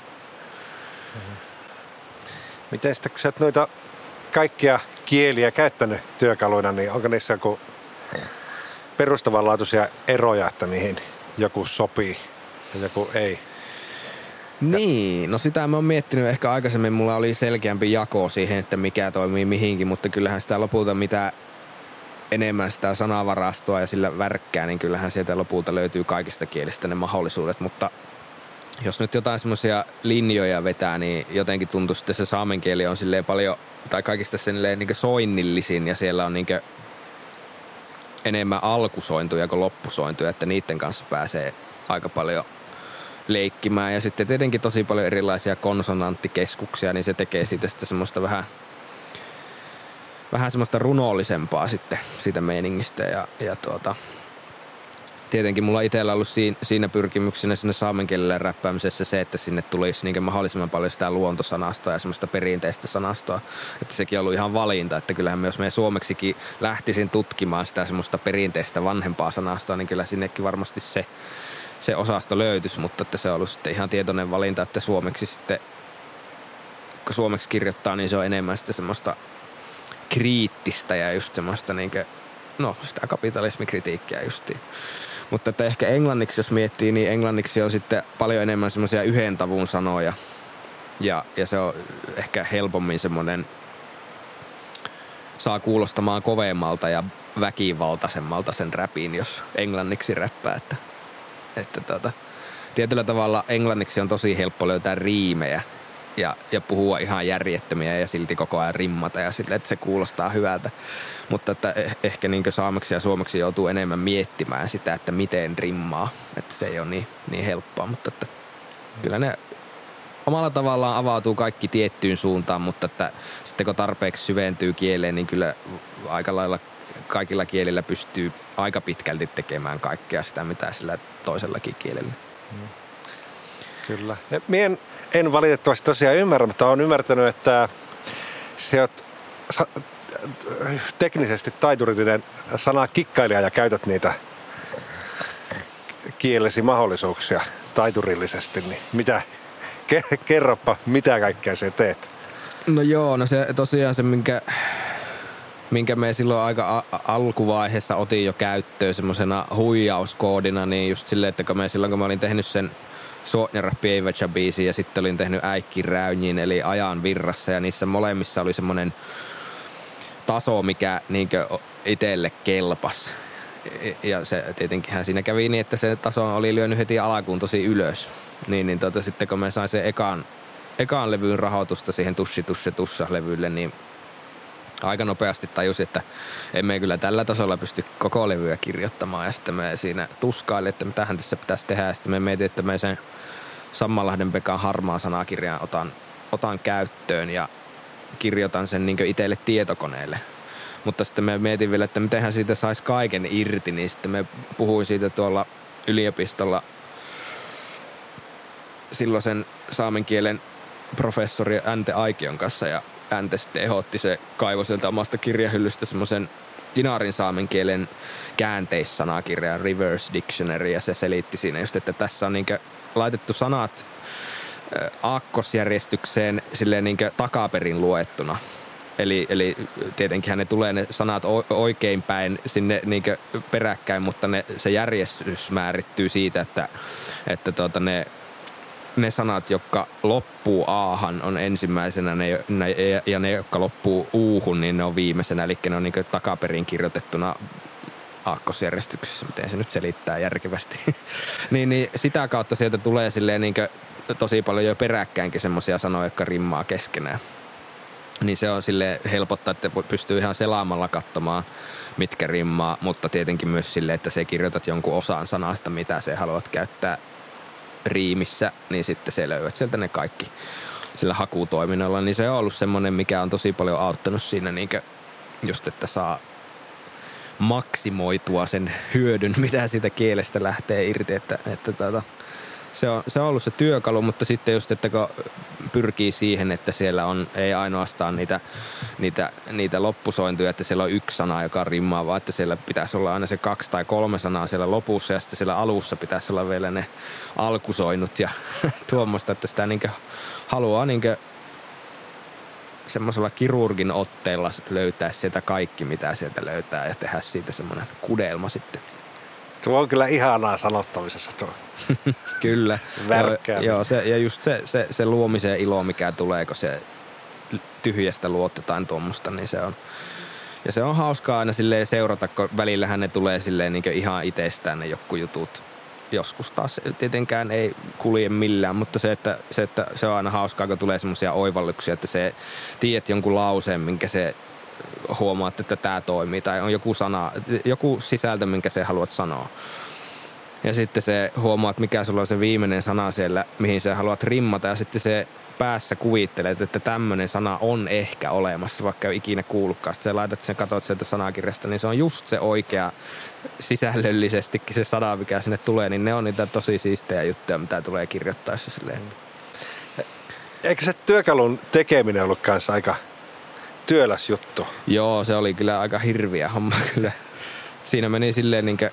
Miten sitten, kun sä oot noita kaikkia kieliä käyttänyt työkaluina, niin onko niissä joku perustavanlaatuisia eroja, että mihin joku sopii ja joku ei? Niin, no sitä mä oon miettinyt ehkä aikaisemmin. Mulla oli selkeämpi jako siihen, että mikä toimii mihinkin, mutta kyllähän sitä lopulta mitä enemmän sitä sanavarastoa ja sillä värkkää, niin kyllähän sieltä lopulta löytyy kaikista kielistä ne mahdollisuudet, mutta jos nyt jotain semmoisia linjoja vetää, niin jotenkin tuntuu, että se saamen kieli on silleen paljon, tai kaikista silleen niin soinnillisin ja siellä on niin enemmän alkusointuja kuin loppusointuja, että niiden kanssa pääsee aika paljon leikkimään. Ja sitten tietenkin tosi paljon erilaisia konsonanttikeskuksia, niin se tekee siitä sitten semmoista vähän semmoista runollisempaa sitten siitä meiningistä. Ja tietenkin mulla itsellä ollut siinä pyrkimyksenä sinne saamen kielellä räppäämisessä se, että sinne tulisi niin mahdollisimman paljon sitä luontosanastoa ja semmoista perinteistä sanastoa. Että sekin on ollut ihan valinta, että kyllähän jos me suomeksikin lähtisin tutkimaan sitä semmoista perinteistä vanhempaa sanastoa, niin kyllä sinnekin varmasti se osasto löytyisi, mutta että se on ollut sitten ihan tietoinen valinta, että suomeksi sitten, kun suomeksi kirjoittaa, niin se on enemmän sitten semmoista kriittistä ja just semmoista niinkö, sitä kapitalismikritiikkiä justiin. Mutta että ehkä englanniksi, jos miettii, niin englanniksi on sitten paljon enemmän semmoisia yhden tavun sanoja. Ja se on ehkä helpommin semmoinen, saa kuulostamaan kovemmalta ja väkivaltaisemmalta sen räpin, jos englanniksi räppää. Että tietyllä tavalla englanniksi on tosi helppo löytää riimejä ja puhua ihan järjettömiä ja silti koko ajan rimmata ja sille, että se kuulostaa hyvältä. Mutta että ehkä niin saameksi ja suomeksi joutuu enemmän miettimään sitä, että miten rimmaa. Että se ei ole niin helppoa, mutta että kyllä ne omalla tavallaan avautuu kaikki tiettyyn suuntaan, mutta että sitten kun tarpeeksi syventyy kieleen, niin kyllä aika lailla kaikilla kielillä pystyy aika pitkälti tekemään kaikkea sitä, mitä sillä toisellakin kielellä. Kyllä. En valitettavasti tosiaan ymmärrä, mutta olen ymmärtänyt, että sä oot teknisesti taiturinen sana kikkailija ja käytät niitä kielesi mahdollisuuksia taiturillisesti, niin kerropa, mitä kaikkea sä teet? No joo, se tosiaan se, minkä me silloin aika alkuvaiheessa otin jo käyttöön semmoisena huijauskoodina, niin just silleen, että silloin kun mä olin tehnyt sen Suotnjärä Pievätsä-biisin ja sitten olin tehnyt Äikki Räynjiin, eli Ajan virrassa, ja niissä molemmissa oli semmoinen taso, mikä niinkö itselle kelpas. Ja se tietenkinhän siinä kävi niin, että se taso oli lyönyt heti alkuun tosi ylös. Niin sitten kun mä sain sen ekaan levyyn rahoitusta siihen Tussi Tusse Tussa-levylle, niin aika nopeasti tajusin, että emme kyllä tällä tasolla pysty koko levyä kirjoittamaan. Ja sitten me siinä tuskailin, että mitähän tässä pitäisi tehdä. Ja sitten me mietin, että me sen Sammalahden Pekan harmaan sanakirjan otan käyttöön ja kirjoitan sen niin itselle tietokoneelle. Mutta sitten me mietin vielä, että mitenhän siitä saisi kaiken irti. Niin sitten me puhuin siitä tuolla yliopistolla silloisen saamen kielen professori Ante Aikion kanssa ja Ante sitten ehdotti, se kaivoi sieltä omasta kirjahyllystä semmoisen Inarin saamen kielen käänteissanakirjan Reverse Dictionary, ja se selitti siinä just, että tässä on niinkö laitettu sanat aakkosjärjestykseen silleen niinkö takaperin luettuna. Eli tietenkin ne tulee ne sanat oikein päin sinne niinkö peräkkäin, mutta se järjestys määrittyy siitä, että ne sanat, jotka loppuu aahan, on ensimmäisenä ja ne, jotka loppuu uuhun, niin ne on viimeisenä. Eli ne on niin takaperin kirjoitettuna aakkosjärjestyksessä, miten se nyt selittää järkevästi. niin sitä kautta sieltä tulee silleen niin tosi paljon jo peräkkäinkin semmoisia sanoja, jotka rimmaa keskenään. Niin se on sille helpottaa, että pystyy ihan selaamalla katsomaan, mitkä rimmaa, mutta tietenkin myös sille, että se kirjoitat jonkun osan sanasta, mitä se haluat käyttää riimissä, niin sitten se löydät sieltä ne kaikki sillä hakutoiminnalla. Niin se on ollut semmoinen, mikä on tosi paljon auttanut siinä niinkö just, että saa maksimoitua sen hyödyn, mitä siitä kielestä lähtee irti, että se on ollut se työkalu, mutta sitten just, että kun pyrkii siihen, että siellä on ei ainoastaan niitä loppusointuja, että siellä on yksi sana, joka rimmaa, vaan että siellä pitäisi olla aina se 2 tai 3 sanaa siellä lopussa ja sitten siellä alussa pitäisi olla vielä ne alkusoinnut ja tuommoista, että sitä niinkö haluaa niinkö semmoisella kirurgin otteella löytää sieltä kaikki, mitä sieltä löytää ja tehdä siitä semmoinen kudelma sitten. Tuo on kyllä ihanaa sanottamisessa tuo. Kyllä. Värkkää. Joo, ja just se luomisen ilo, mikä tulee, kun se tyhjästä luot jotain tuommoista, niin se on. Ja se on hauskaa aina silleen seurata, kun välillähän ne tulee silleen niin kuin ihan itsestään ne joku jutut. Joskus taas tietenkään ei kulje millään, mutta se on aina hauskaa, kun tulee semmoisia oivalluksia, että se tiedät jonkun lauseen, minkä se huomaat, että tämä toimii, tai on joku sana, joku sisältö, minkä se haluat sanoa. Ja sitten se huomaat, mikä sulla on se viimeinen sana siellä, mihin sä haluat rimmata, ja sitten se päässä kuvittelet, että tämmöinen sana on ehkä olemassa, vaikka ei ikinä kuullutkaan. Sitten sä laitat sen, katot sieltä sanakirjasta, niin se on just se oikea sisällöllisestikin se sana, mikä sinne tulee, niin ne on niitä tosi siistejä juttuja, mitä tulee kirjoittaessa silleen. Eikö se työkalun tekeminen ollut kanssa aika työläs juttu? Joo, se oli kyllä aika hirviä homma kyllä. Siinä meni silleen niinkö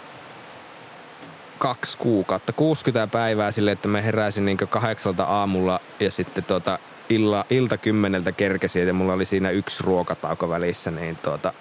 2 kuukautta, 60 päivää silleen, että mä heräsin niinkö 8 aamulla ja sitten ilta 10 kerkesin ja mulla oli siinä 1 ruokatauko välissä, niin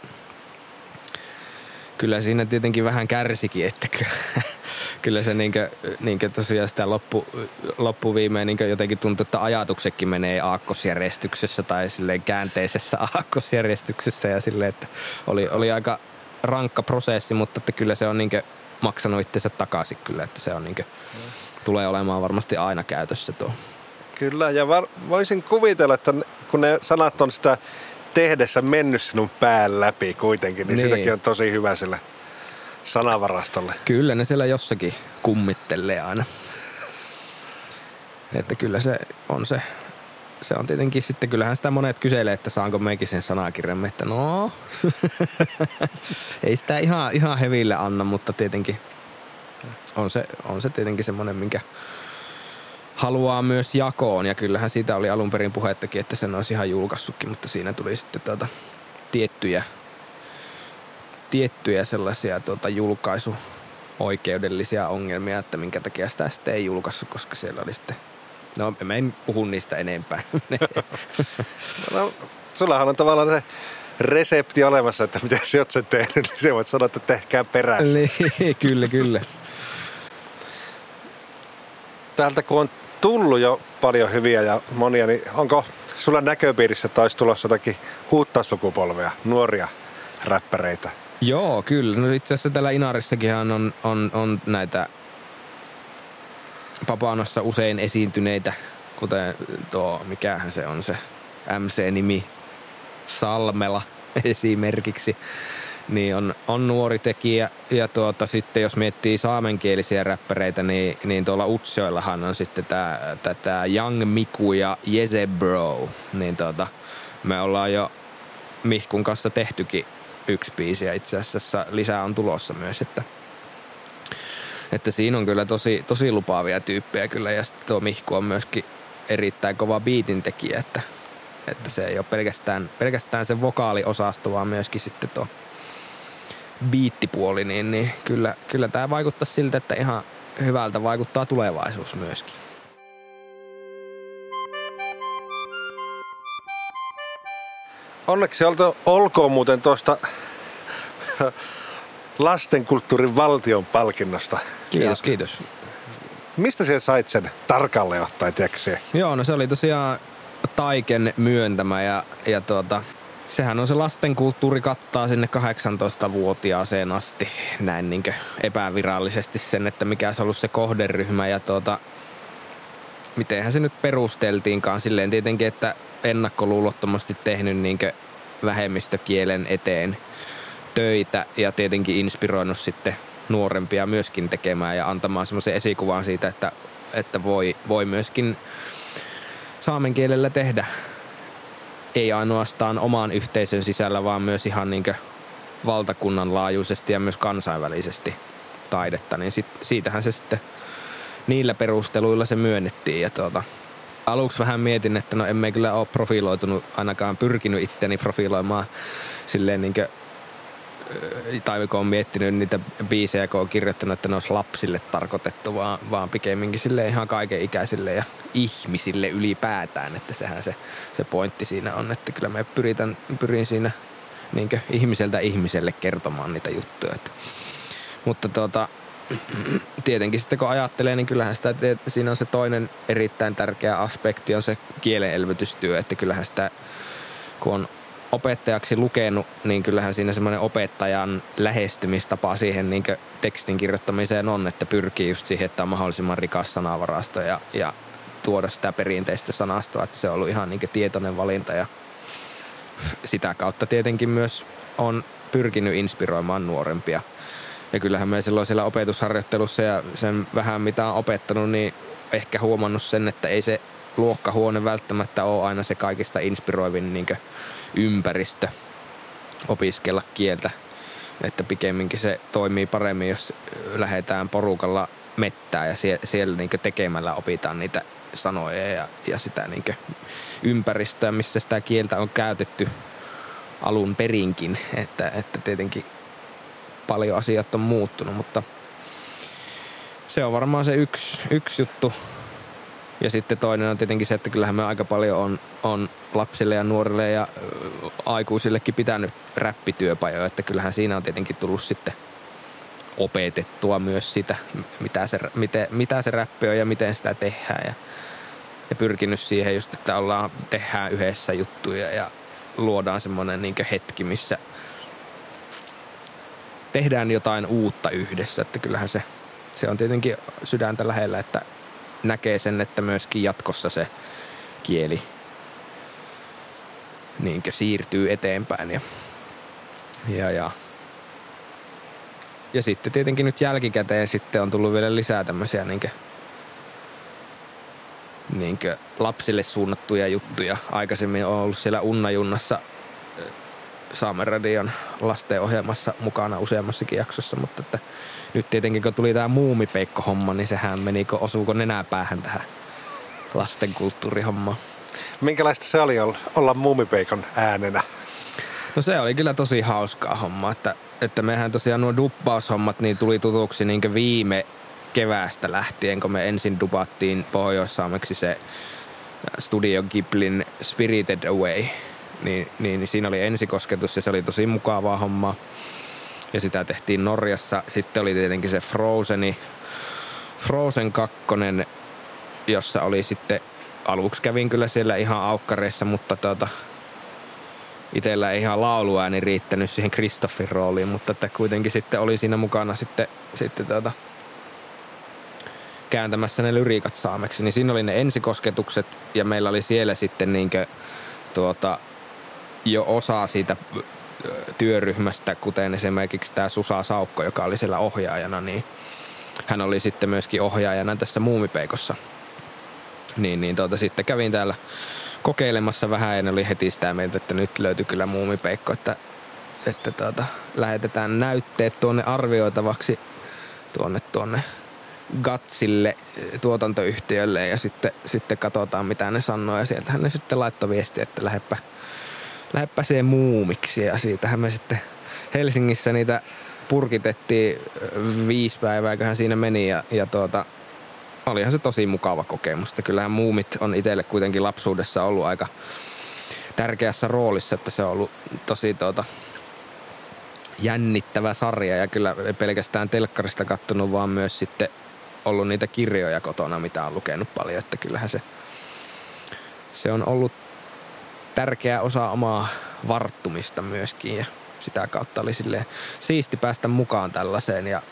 kyllä siinä tietenkin vähän kärsikin, että kyllä se niinkö tosiaan sitä loppuviimeen niinkö jotenkin tuntui, että ajatuksetkin menee aakkosjärjestyksessä tai silleen käänteisessä aakkosjärjestyksessä ja silleen, että oli aika rankka prosessi, mutta että kyllä se on niinkö maksanut itsensä takaisin kyllä, että se on niinkö tulee olemaan varmasti aina käytössä tuo. Kyllä, ja voisin kuvitella, että kun ne sanat on sitä tehdessä mennyt sinun pään läpi kuitenkin, niin sitäkin on tosi hyvä sille sanavarastolle. Kyllä ne siellä jossakin kummittelee aina. Että kyllä se on tietenkin sitten, kyllähän sitä monet kyselee, että saanko meikin sen sanakirjan, että no, ei sitä ihan heville anna, mutta tietenkin on se tietenkin semmoinen, minkä haluaa myös jakoon. Ja kyllähän siitä oli alun perin puhettakin, että sen olisi ihan julkaissutkin, mutta siinä tuli sitten tiettyjä sellaisia julkaisuoikeudellisia ongelmia, että minkä takia sitä sitten ei julkaissut, koska siellä oli sitten. No, mä en puhu niistä enempää. No, sullahan on tavallaan se resepti olemassa, että miten sä oot sen tehnyt, niin se voit sanoa, että tehkää perässä. Niin, kyllä. Täältä kun on tullut jo paljon hyviä ja monia, niin onko sulla näköpiirissä, että olisi tulossa jotakin uutta sukupolvea, nuoria räppäreitä? Joo, kyllä. No itse asiassa täällä Inarissakinhan on näitä Papanassa usein esiintyneitä, kuten mikähän se on se MC-nimi, Salmela esimerkiksi, niin on nuori tekijä. Ja sitten jos miettii saamenkielisiä räppäreitä, niin tuolla Utsjoillahan on sitten tää Young Miku ja Jeze Bro. Niin me ollaan jo Mihkun kanssa tehtykin 1 biisi ja itse asiassa lisää on tulossa myös, että siinä on kyllä tosi lupaavia tyyppejä kyllä, ja sitten tuo Mihku on myöskin erittäin kova biitin tekijä, että se ei ole pelkästään se vokaaliosasto, vaan myöskin sitten tuo biittipuoli, niin kyllä tämä vaikuttaa siltä, että ihan hyvältä vaikuttaa tulevaisuus myöskin. Onneksi olkoon muuten tuosta lastenkulttuurin valtion palkinnosta. Kiitos. Mistä sinä sait sen tarkalleen ottaen, tiedätkö? Joo, no se oli tosiaan Taiken myöntämä ja sehän on se lastenkulttuuri, kattaa sinne 18-vuotiaaseen asti näin niinkö epävirallisesti sen, että mikä se on ollut se kohderyhmä ja mitenhän se nyt perusteltiinkaan silleen tietenkin, että ennakkoluulottomasti tehnyt niinkö vähemmistökielen eteen töitä ja tietenkin inspiroinut sitten nuorempia myöskin tekemään ja antamaan semmoisen esikuvan siitä, että voi myöskin saamen kielellä tehdä ei ainoastaan oman yhteisön sisällä, vaan myös ihan niinkö valtakunnan laajuisesti ja myös kansainvälisesti taidetta, niin siitähän se sitten niillä perusteluilla se myönnettiin. Ja aluksi vähän mietin, että no emme kyllä ole profiloitunut, ainakaan pyrkinyt itteni profiloimaan silleen niinkö, tai kun on miettinyt niitä biisejä, kun on kirjoittanut, että ne olisi lapsille tarkoitettu, vaan pikemminkin silleen ihan kaiken ikäisille ja ihmisille ylipäätään, että sehän se pointti siinä on, että kyllä me pyrin siinä niinkö ihmiseltä ihmiselle kertomaan niitä juttuja. Mutta tietenkin sitten kun ajattelee, niin kyllähän sitä, siinä on se toinen erittäin tärkeä aspekti, on se kielen elvytystyö, että kyllähän sitä, kun on opettajaksi lukenut, niin kyllähän siinä semmoinen opettajan lähestymistapa siihen niin tekstin kirjoittamiseen on, että pyrkii just siihen, että on mahdollisimman rikas sanavarasto ja tuoda sitä perinteistä sanastoa, että se on ollut ihan niin tietoinen valinta ja sitä kautta tietenkin myös on pyrkinyt inspiroimaan nuorempia. Ja kyllähän me silloin siellä opetusharjoittelussa ja sen vähän mitä on opettanut, niin ehkä huomannut sen, että ei se luokkahuone välttämättä ole aina se kaikista inspiroivin niin ympäristö opiskella kieltä. Että pikemminkin se toimii paremmin, jos lähdetään porukalla mettään ja siellä niin tekemällä opitaan niitä sanoja ja sitä niin ympäristöä, missä sitä kieltä on käytetty alun perinkin. Että tietenkin paljon asiat on muuttunut, mutta se on varmaan se yksi juttu. Ja sitten toinen on tietenkin se, että kyllähän me aika paljon on lapsille ja nuorille ja aikuisillekin pitänyt räppityöpajoja, että kyllähän siinä on tietenkin tullut sitten opetettua myös sitä, mitä se räppi on ja miten sitä tehdään ja pyrkinyt siihen just, että tehdään yhdessä juttuja ja luodaan semmoinen niinkö hetki, missä tehdään jotain uutta yhdessä, että kyllähän se on tietenkin sydäntä lähellä, että näkee sen, että myöskin jatkossa se kieli niinkö siirtyy eteenpäin ja sitten tietenkin nyt jälkikäteen sitten on tullut vielä lisää tämmöisiä niinkö lapsille suunnattuja juttuja. Aikaisemmin on ollut siellä Unnajunnassa Saamen Radion lastenohjelmassa mukana useammassakin jaksossa, mutta että nyt tietenkin kun tuli tää Muumipeikko-homma, niin sehän osuuko nenäpäähän tähän lastenkulttuurihommaan. Minkälaista se oli olla Muumipeikon äänenä? No se oli kyllä tosi hauskaa homma, että mehän tosiaan nuo dubbaushommat niin tuli tutuksi niin viime keväästä lähtien, kun me ensin dubattiin pohjoissaameksi se Studio Ghiblin Spirited Away. Niin siinä oli ensikosketus ja se oli tosi mukavaa hommaa. Ja sitä tehtiin Norjassa. Sitten oli tietenkin se Frozen 2, jossa oli sitten, aluksi kävin kyllä siellä ihan aukkareissa, mutta itsellä ei ihan lauluääni riittänyt siihen Kristoffin rooliin, mutta että kuitenkin sitten oli siinä mukana sitten kääntämässä ne lyriikat saameksi. Niin siinä oli ne ensikosketukset ja meillä oli siellä sitten jo osa siitä työryhmästä, kuten esimerkiksi tämä Susa Saukko, joka oli siellä ohjaajana, niin hän oli sitten myöskin ohjaajana tässä Muumipeikossa. Sitten kävin täällä kokeilemassa vähän ja ne oli heti sitä mieltä, että nyt löytyi kyllä Muumipeikko, että lähetetään näytteet tuonne arvioitavaksi tuonne Gatsille tuotantoyhtiölle ja sitten katsotaan mitä ne sanoo ja sieltähän ne sitten laittoi viesti, että lähdepä siihen muumiksi ja siitähän me sitten Helsingissä niitä purkitettiin 5 päivääköhän siinä meni ja olihan se tosi mukava kokemus. Että kyllähän muumit on itselle kuitenkin lapsuudessa ollut aika tärkeässä roolissa, että se on ollut tosi jännittävä sarja ja kyllä pelkästään telkkarista kattonut, vaan myös sitten ollut niitä kirjoja kotona, mitä on lukenut paljon, että kyllähän se on ollut tärkeä osa omaa varttumista myöskin ja sitä kautta oli silleen siisti päästä mukaan tällaiseen ja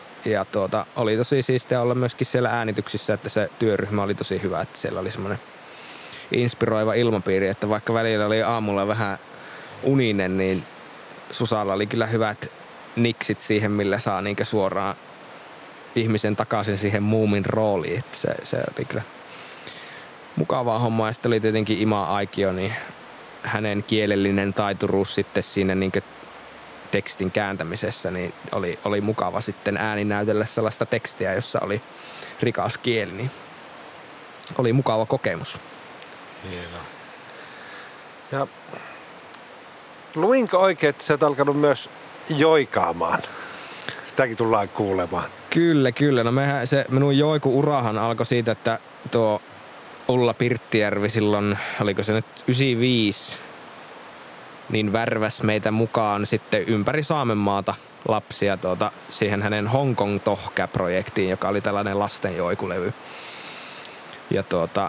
oli tosi siistiä olla myöskin siellä äänityksissä, että se työryhmä oli tosi hyvä, että siellä oli semmoinen inspiroiva ilmapiiri, että vaikka välillä oli aamulla vähän uninen, niin Susalla oli kyllä hyvät niksit siihen, millä saa niinkö suoraan ihmisen takaisin siihen muumin rooliin. Että se oli kyllä mukavaa hommaa. Ja sitten oli tietenkin Ima Aikio, niin hänen kielellinen taituruus sitten siinä niinkö tekstin kääntämisessä, niin oli mukava sitten ääninäytellä sellaista tekstiä, jossa oli rikas kieli, niin oli mukava kokemus. Hienoa. Ja luinko oikein, että sä oot alkanut myös joikaamaan? Sitäkin tullaan kuulemaan. Kyllä. No minun joiku-urahan alkoi siitä, että tuo Ulla Pirttijärvi silloin, oliko se nyt 95, niin värväs meitä mukaan sitten ympäri Saamenmaata lapsia siihen hänen Hong Kong Tohkä-projektiin, joka oli tällainen lasten joikulevy. Ja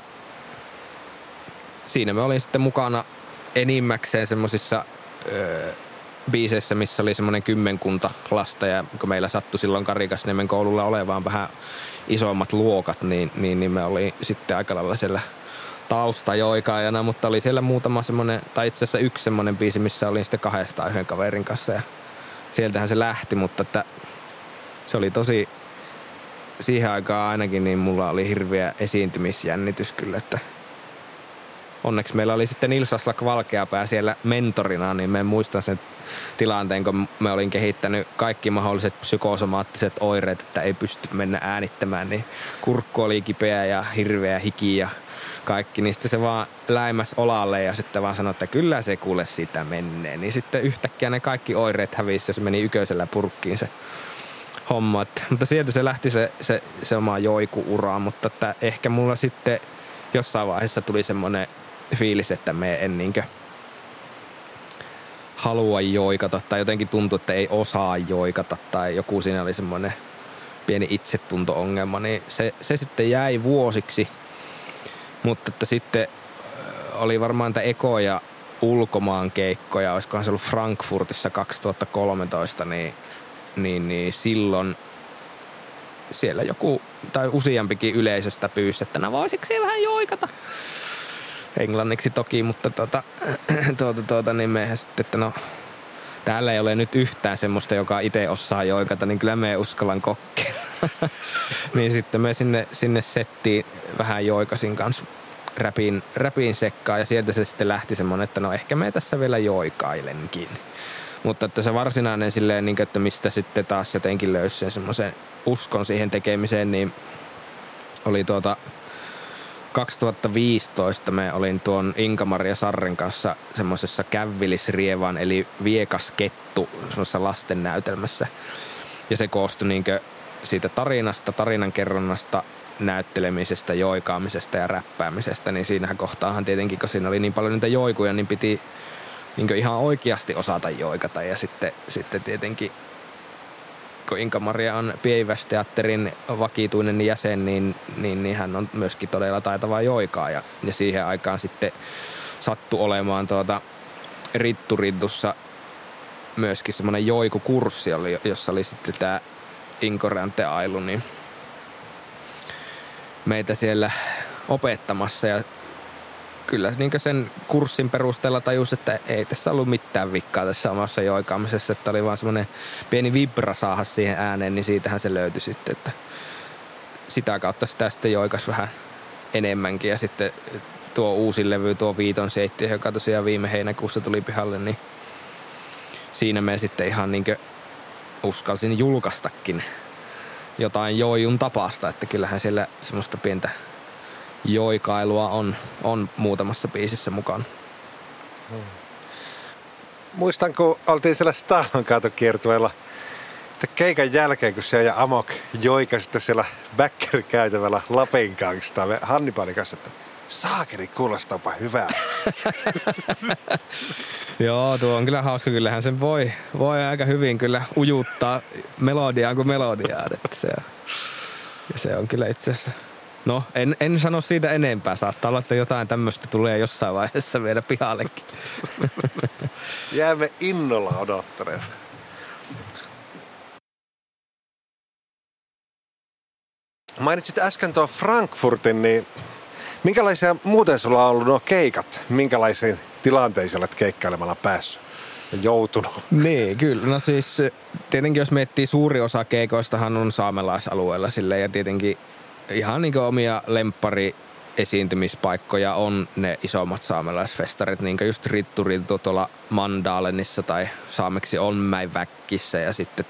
siinä me olin sitten mukana enimmäkseen semmosissa biiseissä, missä oli semmoinen 10 lasta, ja kun meillä sattui silloin Karikasniemen koululla olevaan vähän isommat luokat, niin me oli sitten aika lailla siellä taustajoikaajana, mutta oli siellä muutama semmoinen, tai itse asiassa yksi semmoinen biisi, missä olin sitten 200 yhden kaverin kanssa, ja sieltähän se lähti, mutta että se oli tosi, siihen aikaan ainakin, niin mulla oli hirveä esiintymisjännitys kyllä, että onneksi meillä oli sitten Nils Aslak Valkeapää siellä mentorina, niin mä muistan sen tilanteen, kun mä olin kehittänyt kaikki mahdolliset psykosomaattiset oireet, että ei pysty mennä äänittämään, niin kurkku oli kipeä ja hirveä hiki ja kaikki, niin sitten se vaan läimäs olalle ja sitten vaan sanoi, että kyllä se kuule sitä menee. Niin sitten yhtäkkiä ne kaikki oireet hävisi ja se meni yköisellä purkkiin se homma. Mutta sieltä se lähti se oma joiku-ura, mutta että ehkä mulla sitten jossain vaiheessa tuli semmoinen fiilis, että me en niinkö halua joikata tai jotenkin tuntuu, että ei osaa joikata tai joku siinä oli semmoinen pieni itsetunto-ongelma, niin se sitten jäi vuosiksi. Mutta että sitten oli varmaan niitä ekoja ulkomaan keikkoja, olisikohan se ollut Frankfurtissa 2013, niin silloin siellä joku tai useampikin yleisöstä pyysi, että voisiko se vähän joikata? Englanniksi toki, mutta niin meihän sitten, että no täällä ei ole nyt yhtään semmoista, joka itse osaa joikata, niin kyllä me uskallan kokeilla. Niin sitten me sinne settiin vähän joikasin kanssa räpin sekkaan ja sieltä se sitten lähti semmoinen, että no ehkä me tässä vielä joikailenkin. Mutta että se varsinainen silleen, niin, että mistä sitten taas jotenkin löysi sen semmoisen uskon siihen tekemiseen, niin oli 2015 me olin tuon Inka-Maria Sarren kanssa semmoisessa Kävvilisrievan eli Viekaskettu semmoisessa lastennäytelmässä. Ja se koostui niinkö siitä tarinankerronnasta, näyttelemisestä, joikaamisesta ja räppäämisestä, niin siinähän kohtaahan tietenkin, kun siinä oli niin paljon niitä joikuja, niin piti niinkö ihan oikeasti osata joikata. Ja sitten tietenkin, kun Inka-Maria on Pieivästeatterin vakituinen jäsen, niin hän on myöskin todella taitava joikaa. Ja siihen aikaan sitten sattui olemaan Ritturiddussa myöskin semmoinen joikukurssi, jossa oli sitten tämä Inko Ränteailu, niin meitä siellä opettamassa. Ja kyllä niin sen kurssin perusteella tajus, että ei tässä ollut mitään vikkaa tässä omassa joikaamisessa, että oli vaan semmoinen pieni vibra saada siihen ääneen, niin siitähän se löytyi sitten, että sitä kautta sitä sitten joikas vähän enemmänkin. Ja sitten tuo uusi levy, tuo Viiton seitti, joka tosiaan viime heinäkuussa tuli pihalle, niin siinä me sitten ihan niin kuin uskalsin julkaistakin jotain joijun tapasta, että kyllähän siellä semmoista pientä joikailua on muutamassa biisissä mukana. Muistan, kun oltiin siellä Stahlonkaatokiertueella, että keikan jälkeen, kun siellä ja Amok joikasitte siellä Bäckerikäytävällä Lapin kanssa, Hannibalin kanssa, että saakeli, kuulostaapa hyvää. Joo, tuo on kyllä hauska. Kyllähän sen voi aika hyvin kyllä ujuttaa melodiaan kuin melodiaan. Se on kyllä itse asiassa. No, en sano siitä enempää. Saattaa olla, että jotain tämmöistä tulee jossain vaiheessa vielä pihallekin. Jäämme innolla odottelemaan. Mainitsit äsken tuon Frankfurtin, niin Minkälaisia muuten sulla on ollut nuo keikat? Minkälaisiin tilanteisiin olet keikkailemalla päässyt ja joutunut? Niin, kyllä. No siis tietenkin jos miettii, suuri osa keikoistahan on saamelaisalueella sille ja tietenkin ihan niin kuin omia lemppariesiintymispaikkoja on ne isommat saamelaisfestarit, niin kuin just Ritturiltu tuolla Mandaalenissa tai saameksi Onmäiväkkissä ja sitten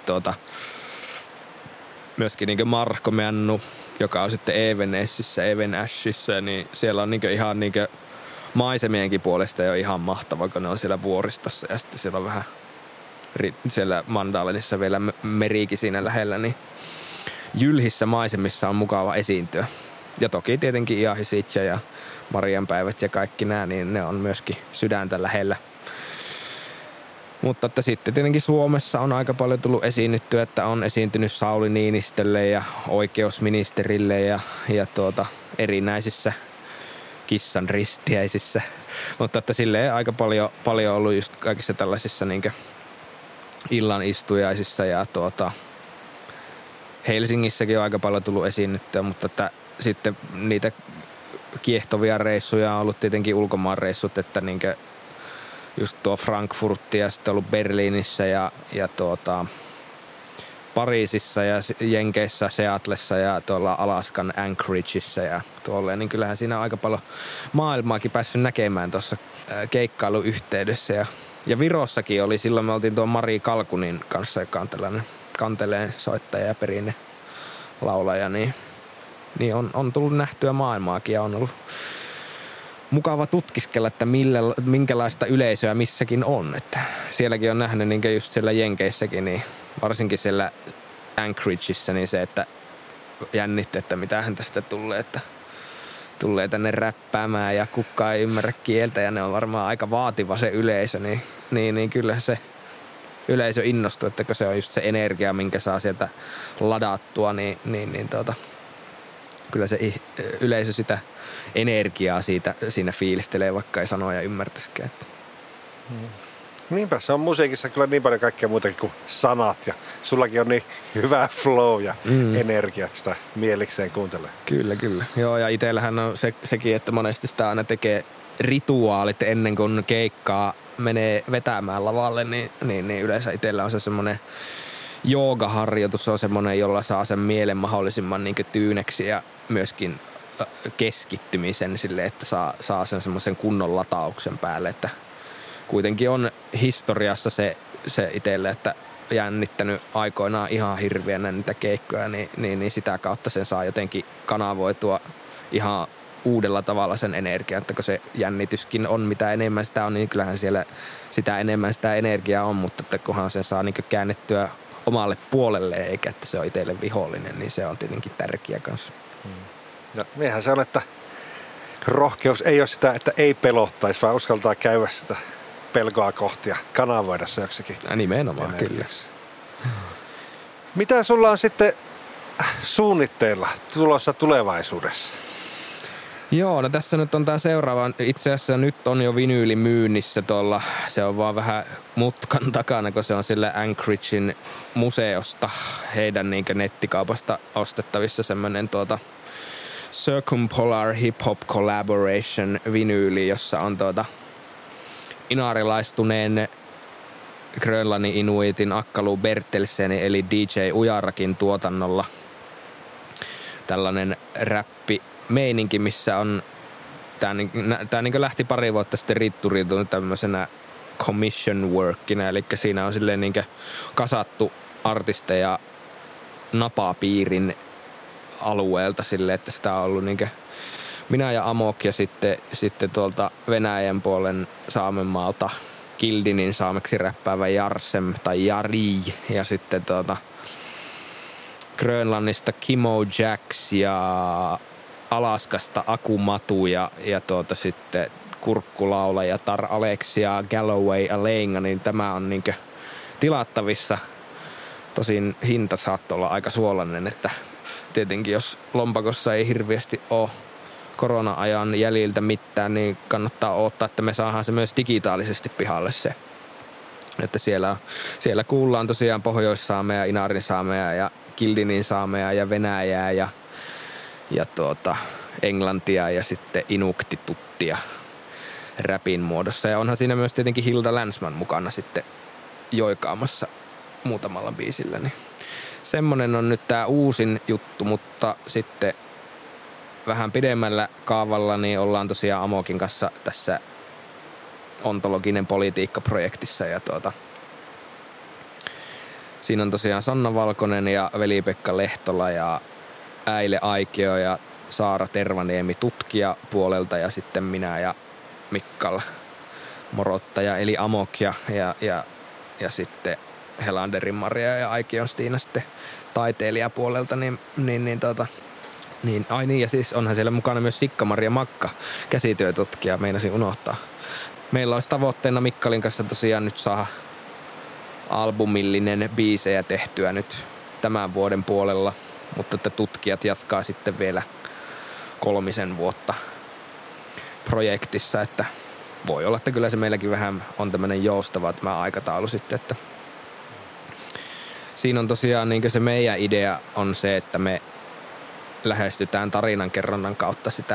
myöskin niin kuin Markkomeannu, joka on sitten Evenessissä, Evenäshissä, niin siellä on niin kuin ihan niin kuin maisemienkin puolesta jo ihan mahtava, kun ne on siellä vuoristossa ja sitten siellä on vähän siellä Mandaalenissa vielä merikin siinä lähellä, niin jylhissä maisemissa on mukava esiintyä. Ja toki tietenkin Iahisitja ja Marianpäivät ja kaikki nämä, niin ne on myöskin sydäntä lähellä. Mutta että sitten tietenkin Suomessa on aika paljon tullut esiinnyttyä, että on esiintynyt Sauli Niinistölle ja oikeusministerille ja erinäisissä kissan ristiäisissä. Mutta että silleen aika paljon ollut just kaikissa tällaisissa niinkö illan istujaisissa ja Helsingissäkin on aika paljon tullut esiinnyttyä, mutta että sitten niitä kiehtovia reissuja on ollut tietenkin ulkomaanreissut, että niinkö just tuo Frankfurt ja sitten ollut Berliinissä ja Pariisissa ja Jenkeissä, Seatlessa ja tuolla Alaskan Anchorageissa ja tuolleen, niin kyllähän siinä on aika paljon maailmaakin päässyt näkemään tuossa keikkailuyhteydessä. Ja Virossakin oli, silloin me oltiin tuon Mari Kalkunin kanssa, joka on tällainen kanteleen soittaja ja perinne laulaja, niin on tullut nähtyä maailmaakin ja on ollut mukava tutkiskella, että minkälaista yleisöä missäkin on. Että sielläkin on nähnyt niin just siellä Jenkeissäkin, niin varsinkin siellä Anchorageissa, niin se, että jännitti, että mitähän tästä tulee, että tulee tänne räppäämään ja kukaan ei ymmärrä kieltä ja ne on varmaan aika vaativa se yleisö, niin kyllä se yleisö innostuu, että kun se on just se energia, minkä saa sieltä ladattua, niin kyllä se yleisö sitä energiaa siinä fiilistelee, vaikka ei sanoja ymmärtäisikään. Niinpä, se on musiikissa kyllä niin paljon kaikkea muutakin kuin sanat ja sullakin on niin hyvä flow ja energia, että sitä mielikseen kuuntelee. Kyllä. Joo, ja itsellähän on sekin, että monesti sitä aina tekee rituaalit ennen kuin keikkaa menee vetämään lavalle, niin yleensä itsellä on se semmoinen joogaharjoitus, on semmoinen, jolla saa sen mielen mahdollisimman niin kuin tyyneksi ja myöskin keskittymisen sille, että saa sen semmoisen kunnon latauksen päälle, että kuitenkin on historiassa se itselle, että jännittänyt aikoinaan ihan hirveänä niitä keikkoja, niin sitä kautta sen saa jotenkin kanavoitua ihan uudella tavalla sen energiaa, että kun se jännityskin on, mitä enemmän sitä on, niin kyllähän siellä sitä enemmän sitä energiaa on, mutta että kunhan sen saa niin käännettyä omalle puolelle, eikä että se on itselle vihollinen, niin se on tietenkin tärkeä kanssa. Ja niinhän se on, että rohkeus ei ole sitä, että ei pelottaisi, vaan uskaltaa käydä sitä pelkoa kohti ja kanavoida se joksikin. Nimenomaan, kyllä. Mitä sulla on sitten suunnitteilla tulossa tulevaisuudessa? Joo, no tässä nyt on tää seuraava. Itse asiassa nyt on jo vinyyli myynnissä tuolla. Se on vaan vähän mutkan takana, kun se on sillä Anchoragein museosta heidän niinkö nettikaupasta ostettavissa semmoinen Circumpolar Hip Hop Collaboration vinyyli, jossa on inaarilaistuneen Grönlannin Inuitin Akkalu Bertelsen eli DJ Ujarakin tuotannolla tällainen räppimeininki, missä on tää niin lähti pari vuotta sitten Ritturilta tämmöisenä commission workina, eli siinä on silleen niin kasattu artisteja napapiirin alueelta silleen, että sitä on ollut niin minä ja Amok ja sitten tuolta Venäjän puolen Saamenmaalta Kildinin saameksi räppäävä Jarsem tai Jari ja sitten Grönlannista Kimo Jax ja Alaskasta Aku Matu ja sitten kurkkulaulaja Tar Alexia Galloway Alenga, niin tämä on niinkö tilattavissa. Tosin hinta saattoi olla aika suolainen, että tietenkin jos lompakossa ei hirveästi ole korona-ajan jäljiltä mitään, niin kannattaa odottaa, että me saadaan se myös digitaalisesti pihalle se. Että siellä kuullaan tosiaan Pohjois-Saamea, Inaarin saamea ja Kildinin saamea ja Venäjää ja englantia ja sitten inuktituttia räpin muodossa. Ja onhan siinä myös tietenkin Hilda Länsman mukana sitten joikaamassa muutamalla biisillä. Niin semmonen on nyt tää uusin juttu, mutta sitten vähän pidemmällä kaavalla niin ollaan tosiaan Amokin kanssa tässä ontologinen politiikka-projektissa ja siinä on tosiaan Sanna Valkonen ja Veli-Pekka Lehtola ja Äile Aikio ja Saara Tervaniemi tutkija puolelta ja sitten minä ja Mikkal Morottaja eli Amok ja sitten Helanderin Maria ja Aikion Stiina sitten taiteilijapuolelta ja siis onhan siellä mukana myös Sikka-Maria Makka, käsityötutkija, meinasin unohtaa. Meillä olisi tavoitteena Mikkalin kanssa tosiaan nyt saada albumillinen biisejä tehtyä nyt tämän vuoden puolella, mutta että tutkijat jatkaa sitten vielä 3 vuotta projektissa, että voi olla, että kyllä se meilläkin vähän on tämmöinen joustava tämä aikataulu sitten, että siinä on tosiaan niin se meidän idea on se, että me lähestytään tarinankerronnan kautta sitä,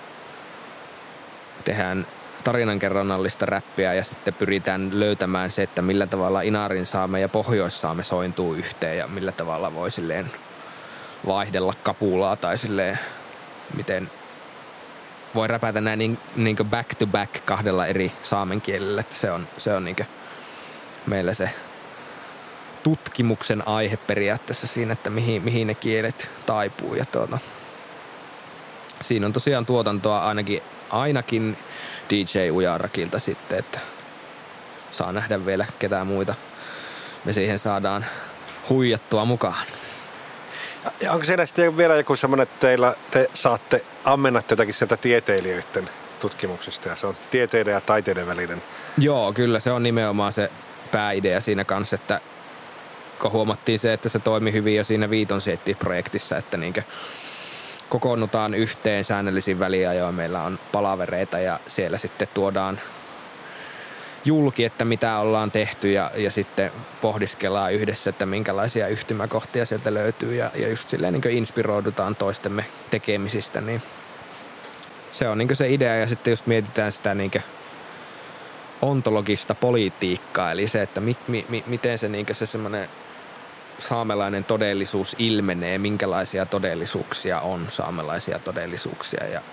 tehdään tarinankerronnallista räppiä ja sitten pyritään löytämään se, että millä tavalla Inarinsaame ja Pohjoissaame sointuu yhteen ja millä tavalla voi silleen vaihdella kapulaa tai silleen, miten voi räpätä näin niin back to back 2 eri saamen kielellä, että se on niin meillä se tutkimuksen aihe periaatteessa siinä, että mihin ne kielet taipuu ja siinä on tosiaan tuotantoa ainakin DJ Ujarakilta sitten, että saa nähdä vielä ketään muita me siihen saadaan huijattua mukaan. Ja onko siellä sitten vielä joku semmoinen, että te saatte ammennat jotakin sieltä tieteilijöiden tutkimuksesta ja se on tieteiden ja taiteiden välinen? Joo, kyllä se on nimenomaan se pääidea siinä kanssa, että kun huomattiin se, että se toimi hyvin jo siinä Viiton Sietti-projektissa, että niinkö kokoonnutaan yhteen säännöllisin väliajoin. Meillä on palavereita ja siellä sitten tuodaan julki, että mitä ollaan tehty ja sitten pohdiskellaan yhdessä, että minkälaisia yhtymäkohtia sieltä löytyy ja just silleen niin kuin inspiroidutaan toistemme tekemisistä, niin se on niin kuin se idea ja sitten just mietitään sitä niin kuin ontologista politiikkaa, eli se, että miten se, niin kuin se semmoinen saamelainen todellisuus ilmenee, minkälaisia todellisuuksia on saamelaisia todellisuuksia ja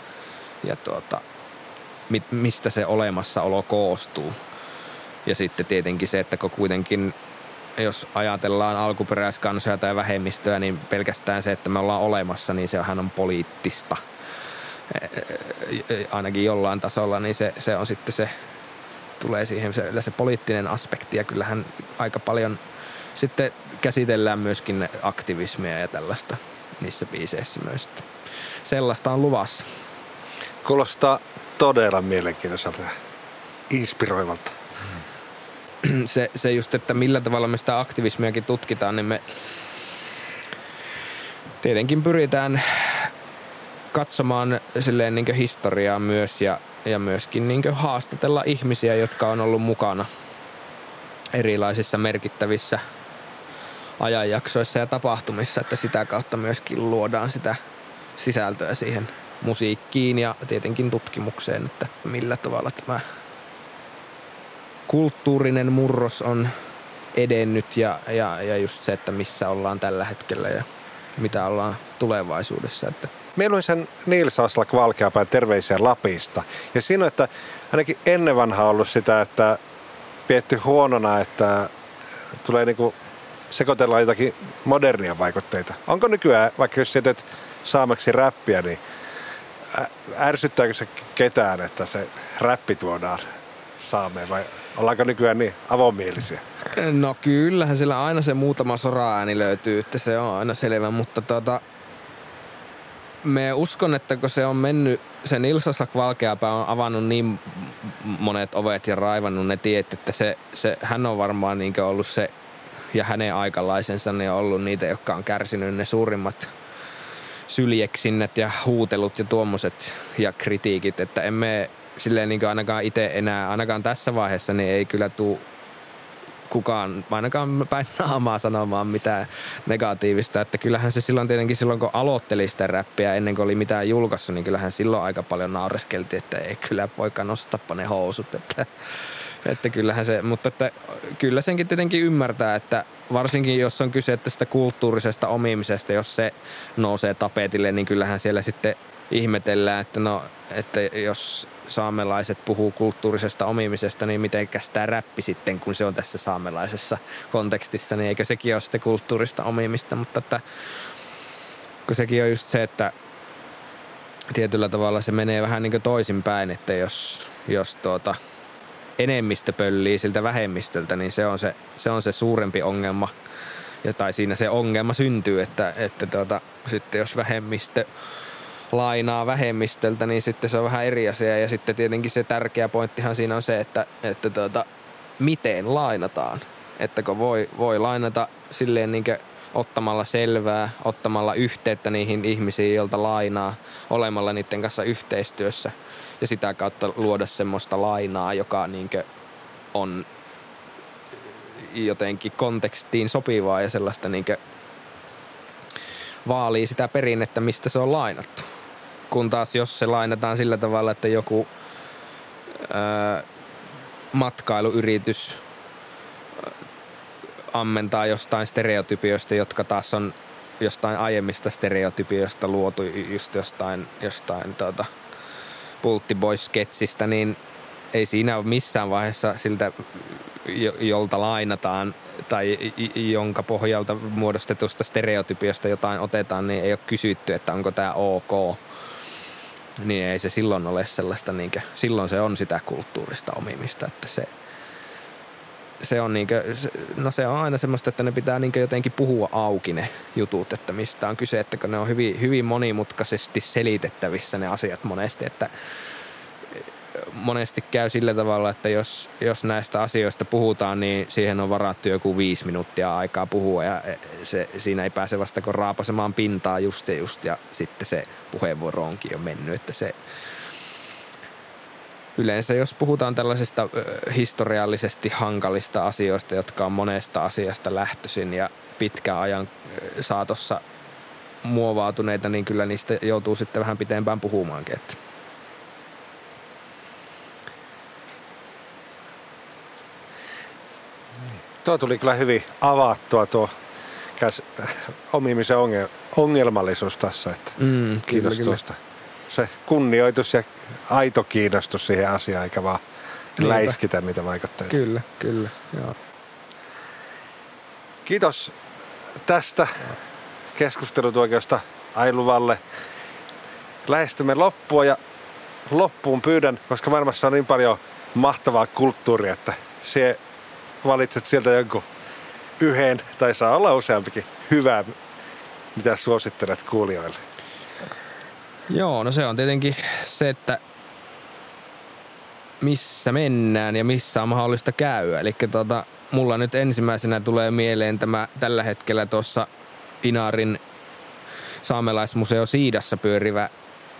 mistä se olemassaolo koostuu. Ja sitten tietenkin se, että kun kuitenkin, jos ajatellaan alkuperäiskansoja tai vähemmistöä, niin pelkästään se, että me ollaan olemassa, niin sehän on poliittista. Ainakin jollain tasolla, niin se on sitten se, tulee siihen se poliittinen aspekti ja kyllähän aika paljon sitten käsitellään myöskin aktivismia ja tällaista niissä biiseissä myös. Sellaista on luvassa. Kuulostaa todella mielenkiintoiselta ja inspiroivalta. Se just, että millä tavalla me sitä aktivismiakin tutkitaan, niin me tietenkin pyritään katsomaan silleen niin kuin historiaa myös ja myöskin niin kuin haastatella ihmisiä, jotka on ollut mukana erilaisissa merkittävissä ajanjaksoissa ja tapahtumissa, että sitä kautta myöskin luodaan sitä sisältöä siihen musiikkiin ja tietenkin tutkimukseen, että millä tavalla tämä kulttuurinen murros on edennyt ja just se, että missä ollaan tällä hetkellä ja mitä ollaan tulevaisuudessa. Että Mieluisen Nils Aslak Valkeapää, terveisiä Lapista. Ja siinä on, että ainakin ennen vanhaa ollut sitä, että pietty huonona, että tulee niinku sekoitellaan jotakin modernia vaikutteita. Onko nykyään, vaikka jos teet saamaksi räppiä, niin ärsyttääkö se ketään, että se räppi tuodaan saameen vai ollaanko nykyään niin avomielisiä? No kyllähän sillä aina se muutama sora-ääni löytyy, että se on aina selvä, mutta me uskon, että kun se on mennyt, se Nils Aslak Valkeapää on avannut niin monet ovet ja raivannut ne tiet, että hän on varmaan niin ollut se ja hänen aikalaisensa ne on ollut niitä, jotka on kärsinyt ne suurimmat syljeksinnät ja huutelut ja tuommoiset ja kritiikit, että emme silleen niin ainakaan itse enää, ainakaan tässä vaiheessa, niin ei kyllä tule kukaan ainakaan päin naamaa sanomaan mitään negatiivista. Että kyllähän se silloin kun aloitteli sitä räppiä ennen kuin oli mitään julkaissut, niin kyllähän silloin aika paljon naureskeltiin, että ei kyllä poika nostapa ne housut. Että kyllähän se, mutta että kyllä senkin tietenkin ymmärtää, että varsinkin jos on kyse tästä kulttuurisesta omimisesta, jos se nousee tapetille, niin kyllähän siellä sitten ihmetellään, että jos saamelaiset puhuu kulttuurisesta omimisesta, niin mitenkäs tämä räppi sitten, kun se on tässä saamelaisessa kontekstissa, niin eikö sekin ole sitten kulttuurista omimista, mutta että kun sekin on just se, että tietyllä tavalla se menee vähän niin kuin toisinpäin, että jos enemmistö pöllii siltä vähemmistöltä, niin se on se suurempi ongelma. Tai siinä se ongelma syntyy, että sitten jos vähemmistö lainaa vähemmistöltä, niin sitten se on vähän eri asia. Ja sitten tietenkin se tärkeä pointtihan siinä on se, että miten lainataan. Että kun voi lainata silleen niin kuin ottamalla selvää, ottamalla yhteyttä niihin ihmisiin, joilta lainaa, olemalla niiden kanssa yhteistyössä ja sitä kautta luoda semmoista lainaa, joka niinkö on jotenkin kontekstiin sopivaa ja sellaista niinkö vaalii sitä perinnettä, mistä se on lainattu. Kun taas jos se lainataan sillä tavalla, että joku matkailuyritys ammentaa jostain stereotypioista, jotka taas on jostain aiemmista stereotypioista luotu just jostain Pultti Boys-sketsistä, niin ei siinä ole missään vaiheessa siltä, jolta lainataan tai jonka pohjalta muodostetusta stereotypiosta jotain otetaan, niin ei ole kysytty, että onko tämä ok. Niin ei se silloin ole sellaista, silloin se on sitä kulttuurista omimista, että se on se on aina semmoista, että ne pitää jotenkin puhua auki ne jutut, että mistä on kyse, että kun ne on hyvin, hyvin monimutkaisesti selitettävissä ne asiat monesti, että monesti käy sillä tavalla, että jos näistä asioista puhutaan, niin siihen on varattu joku 5 minuuttia aikaa puhua ja siinä ei pääse vasta kuin raapasemaan pintaa just ja sitten se puheenvuoro onkin jo mennyt, että se yleensä jos puhutaan tällaisista historiallisesti hankalista asioista, jotka on monesta asiasta lähtöisin ja pitkän ajan saatossa muovautuneita, niin kyllä niistä joutuu sitten vähän pitempään puhumaankin. Että. Tuo tuli kyllä hyvin avattua tuo omimisen ongelmallisuus tässä. Että kiitos kyllä. Tuosta. Se kunnioitus ja aito kiinnostus siihen asiaan, eikä vaan läiskitä niitä vaikutteita. Kyllä, joo. Kiitos tästä keskustelutuokiosta Ailuvalle. Lähestymme loppua ja loppuun pyydän, koska maailmassa on niin paljon mahtavaa kulttuuria, että se valitset sieltä jonkun yhden, tai saa olla useampikin hyvää, mitä suosittelet kuulijoille. Joo, no se on tietenkin se, että missä mennään ja missä on mahdollista käydä. Eli mulla nyt ensimmäisenä tulee mieleen tämä tällä hetkellä tuossa Inarin saamelaismuseo Siidassa pyörivä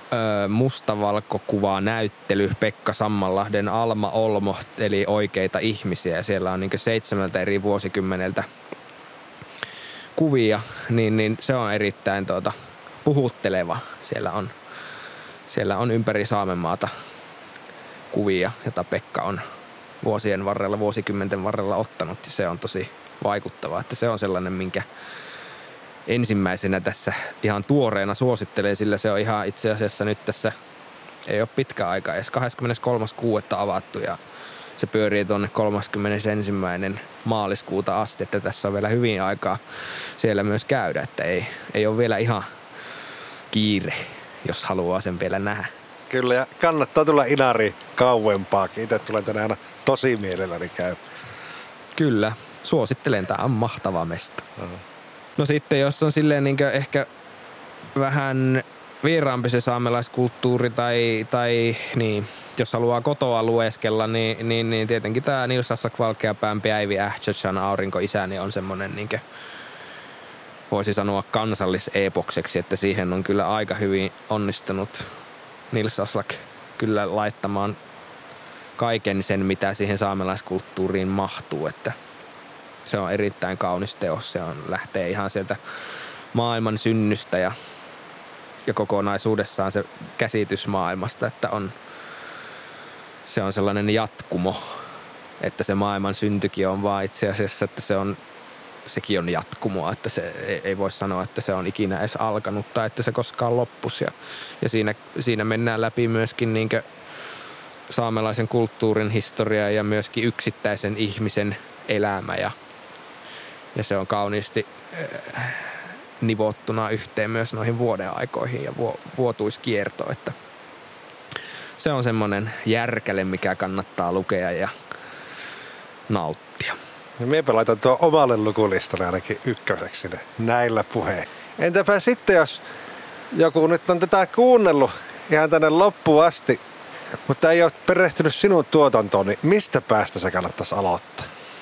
mustavalkokuvanäyttely Pekka Sammanlahden Alma Olmo, eli oikeita ihmisiä. Ja siellä on 7 eri vuosikymmeneltä kuvia, niin se on erittäin puhutteleva. Siellä on ympäri Saamenmaata kuvia, jota Pekka on vuosikymmenten varrella ottanut, ja se on tosi vaikuttavaa, että se on sellainen, minkä ensimmäisenä tässä ihan tuoreena suosittelee, sillä se on ihan itse asiassa nyt tässä, ei ole pitkä aika, edes 23.6. avattu, ja se pyörii tuonne 31. maaliskuuta asti, että tässä on vielä hyvin aikaa siellä myös käydä, että ei ole vielä ihan kiire, jos haluaa sen vielä nähdä. Kyllä, ja kannattaa tulla Inariin kauempaakin. Itse tulen tänne aina tosi mielelläni käy. Kyllä, suosittelen. Tämä on mahtava mesta. No sitten, jos on silleen ehkä vähän vieraampi se saamelaiskulttuuri tai niin, jos haluaa kotoa lueskella, niin tietenkin tämä Nils Aslak Valkeapään Päivi Ähtsätsän Aurinkoisäni on semmoinen voisi sanoa kansalliseepokseksi, että siihen on kyllä aika hyvin onnistunut Nils Aslak kyllä laittamaan kaiken sen, mitä siihen saamelaiskulttuuriin mahtuu, että Se on erittäin kaunis teos. Se lähtee ihan sieltä maailman synnystä ja kokonaisuudessaan se käsitys maailmasta, että se on sellainen jatkumo, että se maailman syntykin on vaan itse asiassa, että sekin on jatkumoa, että se ei voi sanoa, että se on ikinä edes alkanut tai että se koskaan loppus. Ja siinä mennään läpi myöskin niinkö saamelaisen kulttuurin historia ja myöskin yksittäisen ihmisen elämä ja se on kauniisti nivottuna yhteen myös noihin vuodenaikoihin ja vuotuiskiertoon, että se on semmoinen järkäle, mikä kannattaa lukea ja nauttia. No miepä laitan tuo omalle lukulistalle ainakin ykköseksi sinne näillä puheen. Entäpä sitten, jos joku nyt on tätä kuunnellut ihan tänne loppuun asti, mutta ei ole perehtynyt sinun tuotantoon, niin mistä päästä se kannattaisi aloittaa?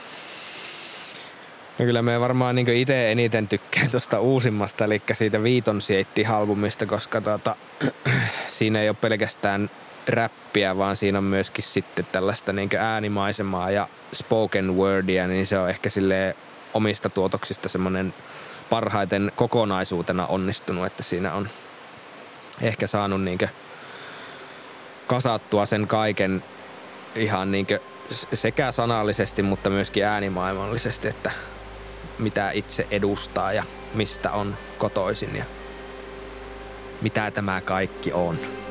No kyllä me varmaan niin itse eniten tykkään tuosta uusimmasta, eli siitä Viiton Sietti-albumista, koska siinä ei ole pelkästään räppiä, vaan siinä on myöskin sitten tällaista niin äänimaisemaa ja spoken wordia, niin se on ehkä silleen omista tuotoksista semmoinen parhaiten kokonaisuutena onnistunut, että siinä on ehkä saanut niin kasattua sen kaiken ihan niin sekä sanallisesti, mutta myöskin äänimaailmallisesti, että mitä itse edustaa ja mistä on kotoisin ja mitä tämä kaikki on.